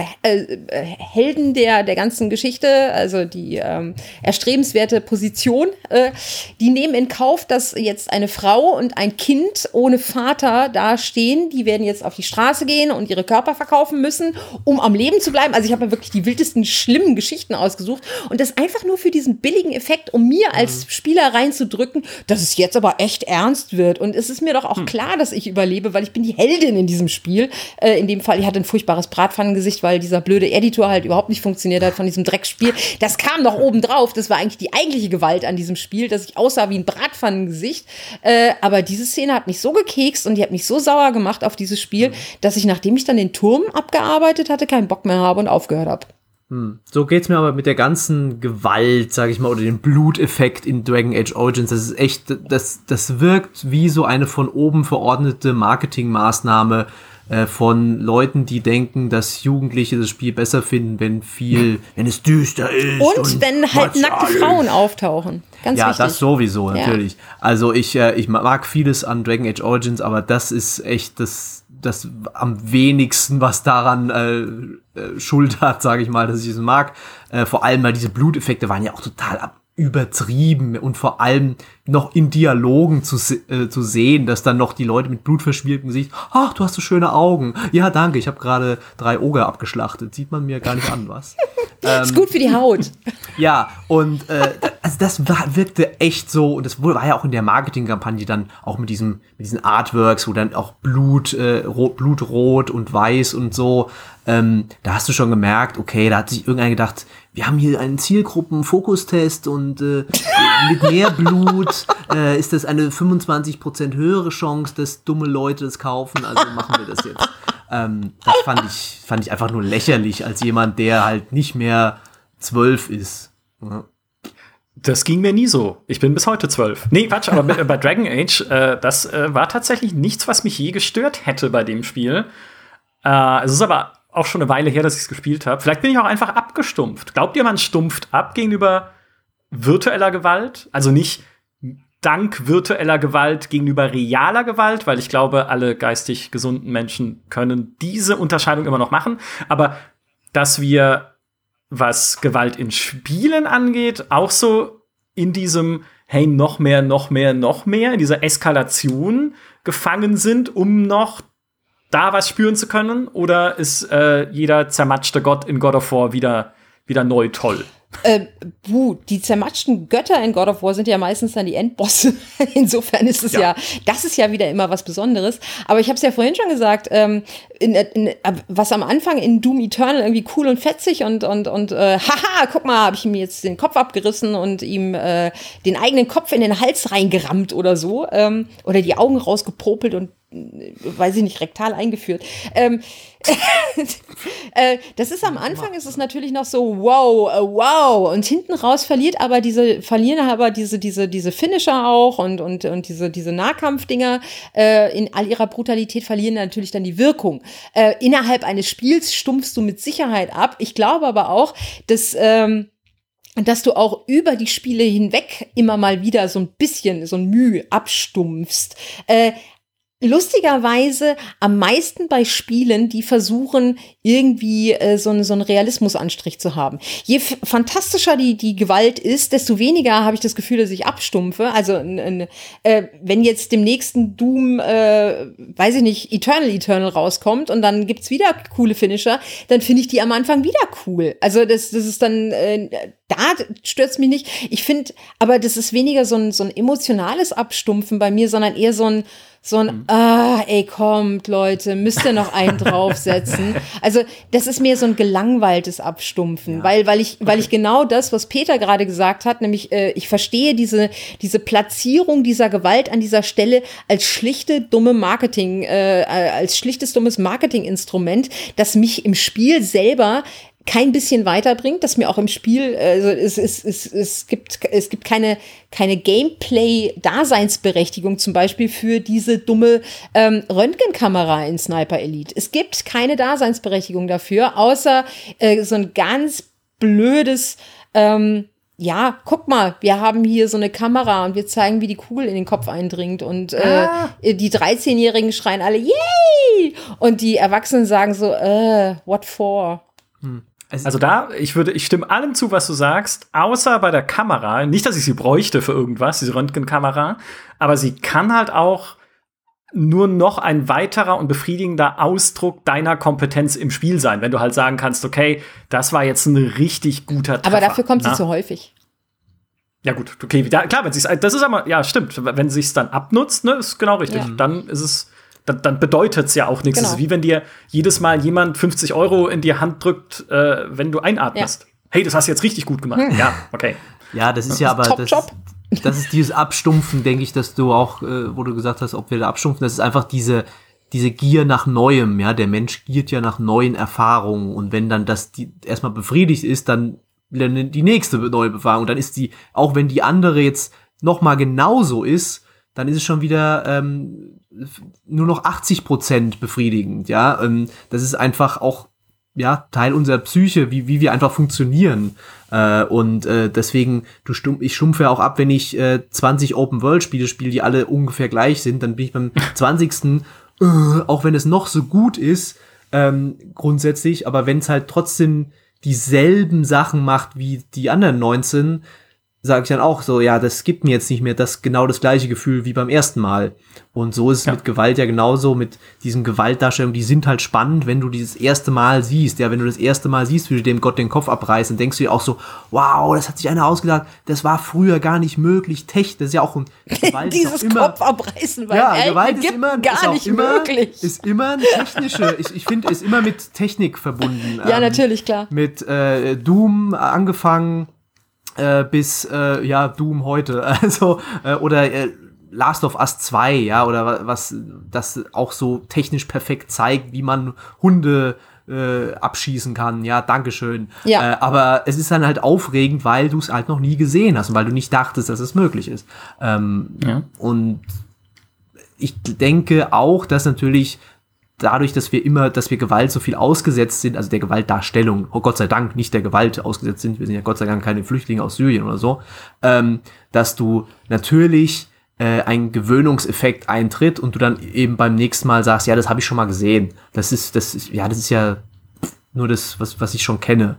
Helden der ganzen Geschichte, also die erstrebenswerte Position, die nehmen in Kauf, dass jetzt eine Frau und ein Kind ohne Vater da stehen. Die werden jetzt auf die Straße gehen und ihre Körper verkaufen müssen, um am Leben zu bleiben. Also ich habe mir wirklich die wildesten, schlimmen Geschichten ausgesucht. Und das einfach nur für diesen billigen Effekt, um mir als Spieler reinzudrücken, dass es jetzt aber echt ernst wird. Und es ist mir doch auch klar, dass ich überlebe, weil ich bin die Heldin in diesem Spiel. In dem Fall, ich hatte ein furchtbares Bratpfannengesicht, weil dieser blöde Editor halt überhaupt nicht funktioniert hat von diesem Dreckspiel. Das kam noch oben drauf. Das war eigentlich die eigentliche Gewalt an diesem Spiel, dass ich aussah wie ein Bratpfannengesicht. Aber diese Szene hat mich so gekekst und die hat mich so sauer gemacht auf dieses Spiel, dass ich, nachdem ich dann den Turm abgearbeitet hatte, keinen Bock mehr habe und aufgehört habe. So geht's mir aber mit der ganzen Gewalt, sag ich mal, oder dem Bluteffekt in Dragon Age Origins. Das ist echt, das wirkt wie so eine von oben verordnete Marketingmaßnahme von Leuten, die denken, dass Jugendliche das Spiel besser finden, wenn es düster ist. Und wenn halt nackte Frauen auftauchen. Ganz wichtig. Ja, das sowieso, natürlich. Ja. Also ich mag vieles an Dragon Age Origins, aber das ist echt das am wenigsten, was daran Schuld hat, sage ich mal, dass ich es mag. Vor allem, weil diese Bluteffekte waren ja auch total übertrieben und vor allem noch in Dialogen zu sehen, dass dann noch die Leute mit blutverschmiertem Gesicht, ach, du hast so schöne Augen. Ja, danke, ich habe gerade 3 Oger abgeschlachtet. Sieht man mir gar nicht an, was. Ist gut für die Haut. Ja, und also das wirkte echt so, und das war ja auch in der Marketingkampagne dann auch mit diesen Artworks, wo dann auch Blutrot und weiß und so, da hast du schon gemerkt, okay, da hat sich irgendeiner gedacht, wir haben hier einen Zielgruppen-Fokustest und mit mehr Blut ist das eine 25% höhere Chance, dass dumme Leute das kaufen, also machen wir das jetzt. Das fand ich einfach nur lächerlich als jemand, der halt nicht mehr 12 ist. Ja. Das ging mir nie so. Ich bin bis heute 12. Nee, Quatsch, aber bei Dragon Age, das war tatsächlich nichts, was mich je gestört hätte bei dem Spiel. Es ist aber auch schon eine Weile her, dass ich es gespielt habe. Vielleicht bin ich auch einfach abgestumpft. Glaubt ihr, man stumpft ab gegenüber virtueller Gewalt? Also nicht dank virtueller Gewalt gegenüber realer Gewalt, weil ich glaube, alle geistig gesunden Menschen können diese Unterscheidung immer noch machen. Aber dass wir, was Gewalt in Spielen angeht, auch so in diesem, hey, noch mehr, in dieser Eskalation gefangen sind, um noch da was spüren zu können? Oder ist jeder zermatschte Gott in God of War wieder neu toll? Die zermatschten Götter in God of War sind ja meistens dann die Endbosse. Insofern ist es das ist ja wieder immer was Besonderes. Aber ich habe es ja vorhin schon gesagt, was am Anfang in Doom Eternal irgendwie cool und fetzig und haha, guck mal, habe ich ihm jetzt den Kopf abgerissen und ihm den eigenen Kopf in den Hals reingerammt oder so. Oder die Augen rausgepopelt und weiß ich nicht, rektal eingeführt. Das ist am Anfang, ist es natürlich noch so wow. Und hinten raus verlieren aber diese Finisher auch und diese Nahkampfdinger in all ihrer Brutalität verlieren natürlich dann die Wirkung. Innerhalb eines Spiels stumpfst du mit Sicherheit ab. Ich glaube aber auch, dass du auch über die Spiele hinweg immer mal wieder so ein bisschen, so ein Mühe abstumpfst. Lustigerweise am meisten bei Spielen, die versuchen, irgendwie so einen Realismusanstrich zu haben. Je fantastischer die Gewalt ist, desto weniger habe ich das Gefühl, dass ich abstumpfe. Also wenn jetzt dem nächsten Doom, weiß ich nicht, Eternal rauskommt und dann gibt's wieder coole Finisher, dann finde ich die am Anfang wieder cool. Also das ist dann, da stört's mich nicht. Ich finde, aber das ist weniger so ein emotionales Abstumpfen bei mir, sondern eher so ein kommt, Leute, müsst ihr noch einen draufsetzen. Also, das ist mehr so ein gelangweiltes Abstumpfen, weil ich genau das, was Peter gerade gesagt hat, nämlich, ich verstehe diese Platzierung dieser Gewalt an dieser Stelle als schlichtes dummes Marketinginstrument, das mich im Spiel selber kein bisschen weiterbringt, dass mir auch im Spiel, also es gibt keine Gameplay-Daseinsberechtigung zum Beispiel für diese dumme Röntgenkamera in Sniper Elite. Es gibt keine Daseinsberechtigung dafür, außer so ein ganz blödes ja, guck mal, wir haben hier so eine Kamera und wir zeigen, wie die Kugel in den Kopf eindringt und die 13-Jährigen schreien alle, yay! Und die Erwachsenen sagen so, what for? Also ich stimme allem zu, was du sagst, außer bei der Kamera. Nicht, dass ich sie bräuchte für irgendwas, diese Röntgenkamera, aber sie kann halt auch nur noch ein weiterer und befriedigender Ausdruck deiner Kompetenz im Spiel sein, wenn du halt sagen kannst, okay, das war jetzt ein richtig guter Treffer. Aber dafür kommt sie zu häufig. Ja gut, okay, klar, das ist aber, ja stimmt, wenn sie es dann abnutzt, ne, ist genau richtig. Ja. Dann ist es, dann bedeutet es ja auch nichts. Genau. Es ist wie wenn dir jedes Mal jemand 50 € in die Hand drückt, wenn du einatmest. Ja. Hey, das hast du jetzt richtig gut gemacht. Ja, okay. Ja, das ist ja aber Top-Job. Das ist dieses Abstumpfen, denke ich, dass du auch, wo du gesagt hast, ob wir da abstumpfen, das ist einfach diese Gier nach Neuem, ja, der Mensch giert ja nach neuen Erfahrungen und wenn dann das erstmal befriedigt ist, dann die nächste neue Erfahrung, dann ist die, auch wenn die andere jetzt nochmal genauso ist, dann ist es schon wieder nur noch 80% befriedigend, ja, das ist einfach auch, ja, Teil unserer Psyche, wie wir einfach funktionieren. Und deswegen, ich stumpfe ja auch ab, wenn ich 20 Open-World-Spiele spiele, die alle ungefähr gleich sind, dann bin ich beim 20. Auch wenn es noch so gut ist, grundsätzlich, aber wenn es halt trotzdem dieselben Sachen macht wie die anderen 19, sage ich dann auch so, ja, das gibt mir jetzt nicht mehr genau das gleiche Gefühl wie beim ersten Mal. Und so ist es mit Gewalt ja genauso, mit diesen Gewaltdarstellungen, die sind halt spannend, wenn du dieses erste Mal siehst. Ja, wenn du das erste Mal siehst, wie du dem Gott den Kopf abreißt, dann denkst du dir auch so, wow, das hat sich einer ausgedacht, das war früher gar nicht möglich. Das ist ja auch ein Gewalt. Dieses Kopf abreißen, weil Gewalt ist immer gar nicht möglich. Ist immer eine technische, ich finde, ist immer mit Technik verbunden. Ja, natürlich, klar. Mit Doom angefangen, bis Doom heute, also oder Last of Us 2, ja, oder was das auch so technisch perfekt zeigt, wie man Hunde abschießen kann, ja, dankeschön. Ja. Aber es ist dann halt aufregend, weil du es halt noch nie gesehen hast und weil du nicht dachtest, dass es möglich ist. Und ich denke auch, dass natürlich dadurch, dass wir Gewalt so viel ausgesetzt sind, also der Gewaltdarstellung, oh Gott sei Dank, nicht der Gewalt ausgesetzt sind, wir sind ja Gott sei Dank keine Flüchtlinge aus Syrien oder so, dass du natürlich ein Gewöhnungseffekt eintritt und du dann eben beim nächsten Mal sagst, ja, das habe ich schon mal gesehen. Das ist ja nur das, was ich schon kenne.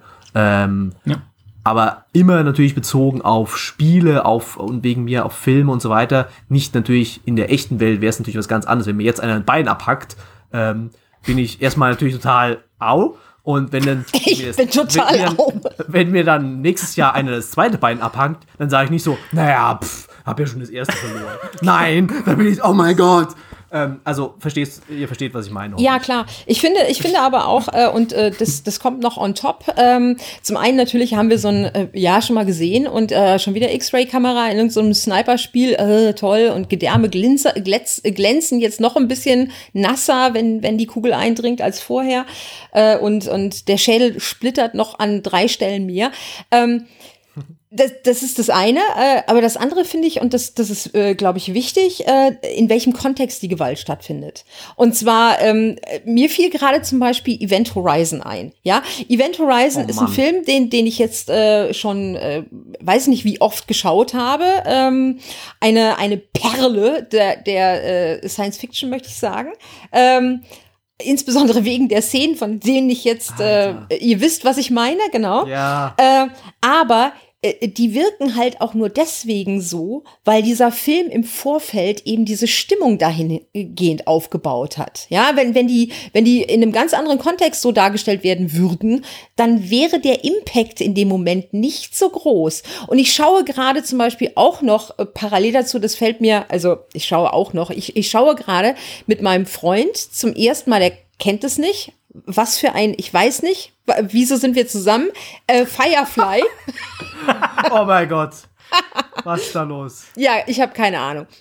Aber immer natürlich bezogen auf Spiele, und wegen mir auf Filme und so weiter. Nicht natürlich in der echten Welt wäre es natürlich was ganz anderes. Wenn mir jetzt einer ein Bein abhackt, bin ich erstmal natürlich total au. Und wenn dann wenn mir dann nächstes Jahr einer das zweite Bein abhackt, dann sage ich nicht so, naja, hab ja schon das erste verloren. Nein, dann bin ich, oh mein Gott. Also ihr versteht, was ich meine. Ja, klar. Ich finde aber auch, das kommt noch on top. Zum einen natürlich haben wir so ein, schon mal gesehen und schon wieder X-Ray-Kamera in irgendeinem Sniper-Spiel, toll, und Gedärme glänzen jetzt noch ein bisschen nasser, wenn die Kugel eindringt als vorher. Und der Schädel splittert noch an 3 Stellen mehr. Das ist das eine, aber das andere finde ich, und das ist, glaube ich, wichtig, in welchem Kontext die Gewalt stattfindet. Und zwar, mir fiel gerade zum Beispiel Event Horizon ein. Ja, Event Horizon ist ein Film, den ich jetzt schon, weiß nicht wie oft geschaut habe. Eine Perle der Science Fiction, möchte ich sagen. Insbesondere wegen der Szenen, von denen ich jetzt, ihr wisst, was ich meine, genau. Ja. Aber die wirken halt auch nur deswegen so, weil dieser Film im Vorfeld eben diese Stimmung dahingehend aufgebaut hat. Ja, wenn die in einem ganz anderen Kontext so dargestellt werden würden, dann wäre der Impact in dem Moment nicht so groß. Und ich schaue gerade zum Beispiel auch noch parallel dazu, das fällt mir, also ich schaue gerade mit meinem Freund zum ersten Mal, der kennt es nicht. Was für ein, ich weiß nicht, wieso sind wir zusammen? Firefly. Oh mein Gott. Was ist da los? Ja, ich habe keine Ahnung.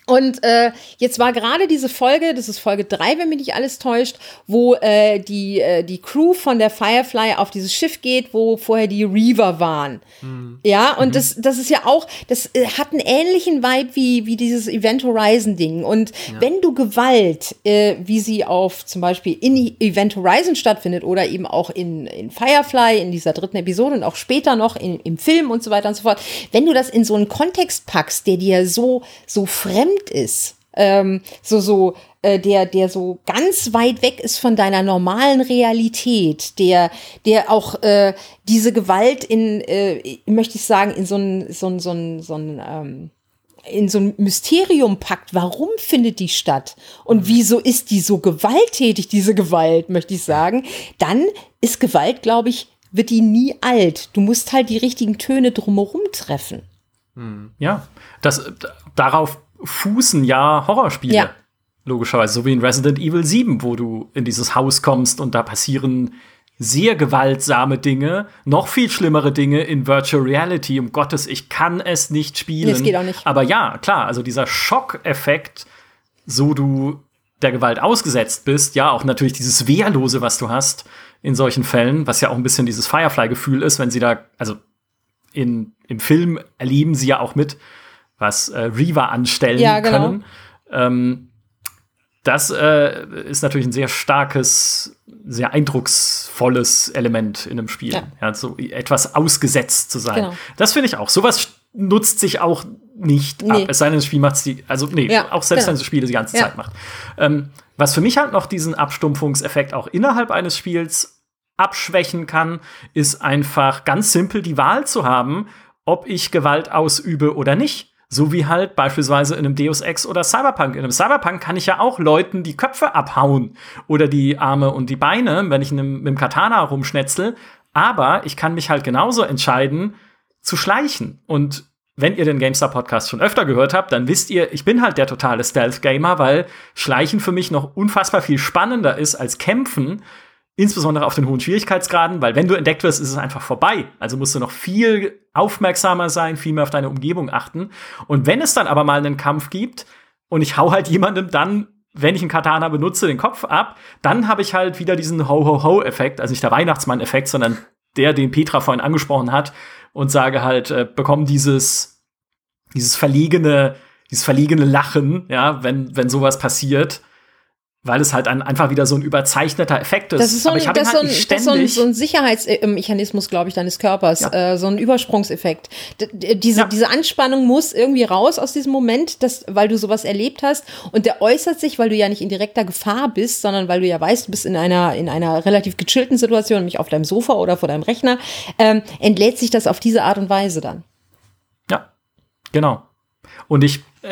Und jetzt war gerade diese Folge, das ist Folge 3, wenn mich nicht alles täuscht, wo die Crew von der Firefly auf dieses Schiff geht, wo vorher die Reaver waren. Ja, und das ist ja auch, das hat einen ähnlichen Vibe wie dieses Event Horizon Ding. Und wenn du Gewalt, wie sie auf zum Beispiel in Event Horizon stattfindet oder eben auch in Firefly, in dieser 3. Episode und auch später noch im Film und so weiter und so fort, wenn du das in so einen Kontext packst, der dir so fremd ist, der so ganz weit weg ist von deiner normalen Realität, der auch diese Gewalt möchte ich sagen, in so ein Mysterium packt. Warum findet die statt? Und wieso ist die so gewalttätig, diese Gewalt, möchte ich sagen? Dann ist Gewalt, glaube ich, wird die nie alt. Du musst halt die richtigen Töne drumherum treffen. Ja, darauf fußen ja Horrorspiele. Ja. Logischerweise, so wie in Resident Evil 7, wo du in dieses Haus kommst und da passieren sehr gewaltsame Dinge, noch viel schlimmere Dinge in Virtual Reality. Um Gottes, ich kann es nicht spielen. Nee, das geht auch nicht. Aber ja, klar, also dieser Schockeffekt, so du der Gewalt ausgesetzt bist, ja, auch natürlich dieses Wehrlose, was du hast in solchen Fällen, was ja auch ein bisschen dieses Firefly-Gefühl ist, wenn sie da, also im Film erleben sie ja auch mit, was Reaver anstellen können. Das ist natürlich ein sehr starkes, sehr eindrucksvolles Element in einem Spiel. Ja, so etwas ausgesetzt zu sein. Genau. Das finde ich auch. Sowas nutzt sich auch nicht ab. Es sei denn, das Spiel macht es auch selbst wenn das Spiel die ganze Zeit macht. Was für mich halt noch diesen Abstumpfungseffekt auch innerhalb eines Spiels abschwächen kann, ist einfach ganz simpel die Wahl zu haben, ob ich Gewalt ausübe oder nicht. So wie halt beispielsweise in einem Deus Ex oder Cyberpunk. In einem Cyberpunk kann ich ja auch Leuten die Köpfe abhauen oder die Arme und die Beine, wenn ich mit dem Katana rumschnetzel. Aber ich kann mich halt genauso entscheiden, zu schleichen. Und wenn ihr den GameStar-Podcast schon öfter gehört habt, dann wisst ihr, ich bin halt der totale Stealth-Gamer, weil Schleichen für mich noch unfassbar viel spannender ist als Kämpfen. Insbesondere auf den hohen Schwierigkeitsgraden, weil wenn du entdeckt wirst, ist es einfach vorbei. Also musst du noch viel aufmerksamer sein, viel mehr auf deine Umgebung achten. Und wenn es dann aber mal einen Kampf gibt und ich hau halt jemandem dann, wenn ich einen Katana benutze, den Kopf ab, dann habe ich halt wieder diesen Ho-Ho-Ho-Effekt, also nicht der Weihnachtsmann-Effekt, sondern den Petra vorhin angesprochen hat und sage halt, bekomm dieses verlegene Lachen, ja, wenn sowas passiert. Weil es halt einfach wieder so ein überzeichneter Effekt ist. Das ist so ein Sicherheitsmechanismus, glaube ich, deines Körpers. So ein Übersprungseffekt. Diese Anspannung muss irgendwie raus aus diesem Moment, weil du sowas erlebt hast. Und der äußert sich, weil du ja nicht in direkter Gefahr bist, sondern weil du ja weißt, du bist in einer relativ gechillten Situation, nämlich auf deinem Sofa oder vor deinem Rechner, entlädt sich das auf diese Art und Weise dann. Ja, genau. Und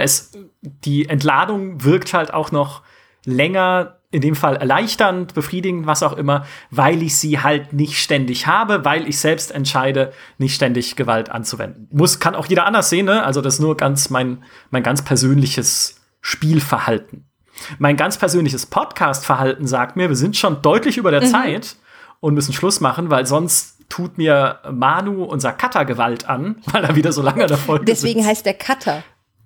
die Entladung wirkt halt auch noch länger, in dem Fall erleichternd, befriedigend, was auch immer, weil ich sie halt nicht ständig habe, weil ich selbst entscheide, nicht ständig Gewalt anzuwenden. Kann auch jeder anders sehen, ne? Also das ist nur mein ganz persönliches Spielverhalten. Mein ganz persönliches Podcast-Verhalten sagt mir, wir sind schon deutlich über der Zeit und müssen Schluss machen, weil sonst tut mir Manu unser Cutter Gewalt an, weil er wieder so lange in der Folge Deswegen sitzt. Heißt der Cutter.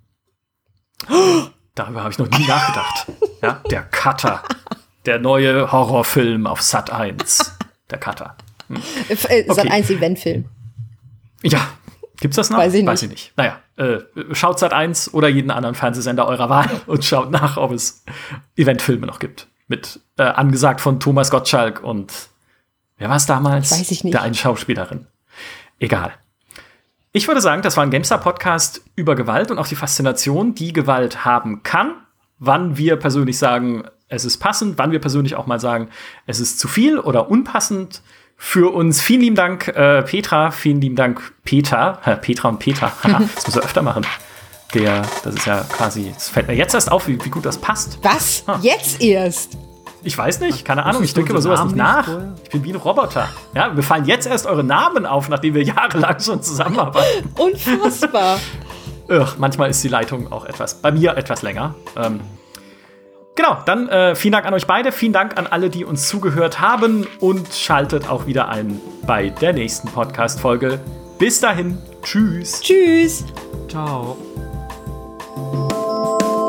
Darüber habe ich noch nie nachgedacht. Ja, der Cutter. Der neue Horrorfilm auf Sat.1. Der Cutter. Sat.1 Eventfilm. Ja, gibt's das noch? Weiß ich nicht. Naja, schaut Sat.1 oder jeden anderen Fernsehsender eurer Wahl und schaut nach, ob es Eventfilme noch gibt. Mit angesagt von Thomas Gottschalk und wer war es damals? Weiß ich nicht. Der einen Schauspielerin. Egal. Ich würde sagen, das war ein GameStar-Podcast über Gewalt und auch die Faszination, die Gewalt haben kann. Wann wir persönlich sagen, es ist passend, wann wir persönlich auch mal sagen, es ist zu viel oder unpassend für uns. Vielen lieben Dank, Petra. Vielen lieben Dank, Peter. Petra und Peter. Das müssen wir öfter machen. Das ist ja quasi, es fällt mir jetzt erst auf, wie gut das passt. Was? Jetzt erst? Ich weiß nicht, keine Ahnung, ich denke über sowas nicht nach. Ich bin wie ein Roboter. Ja, mir fallen jetzt erst eure Namen auf, nachdem wir jahrelang schon zusammenarbeiten. Unfassbar. Manchmal ist die Leitung auch bei mir etwas länger. Genau, dann vielen Dank an euch beide, vielen Dank an alle, die uns zugehört haben und schaltet auch wieder ein bei der nächsten Podcast-Folge. Bis dahin, tschüss. Tschüss. Ciao.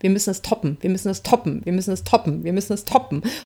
wir müssen es toppen, wir müssen es toppen, wir müssen es toppen, wir müssen es toppen.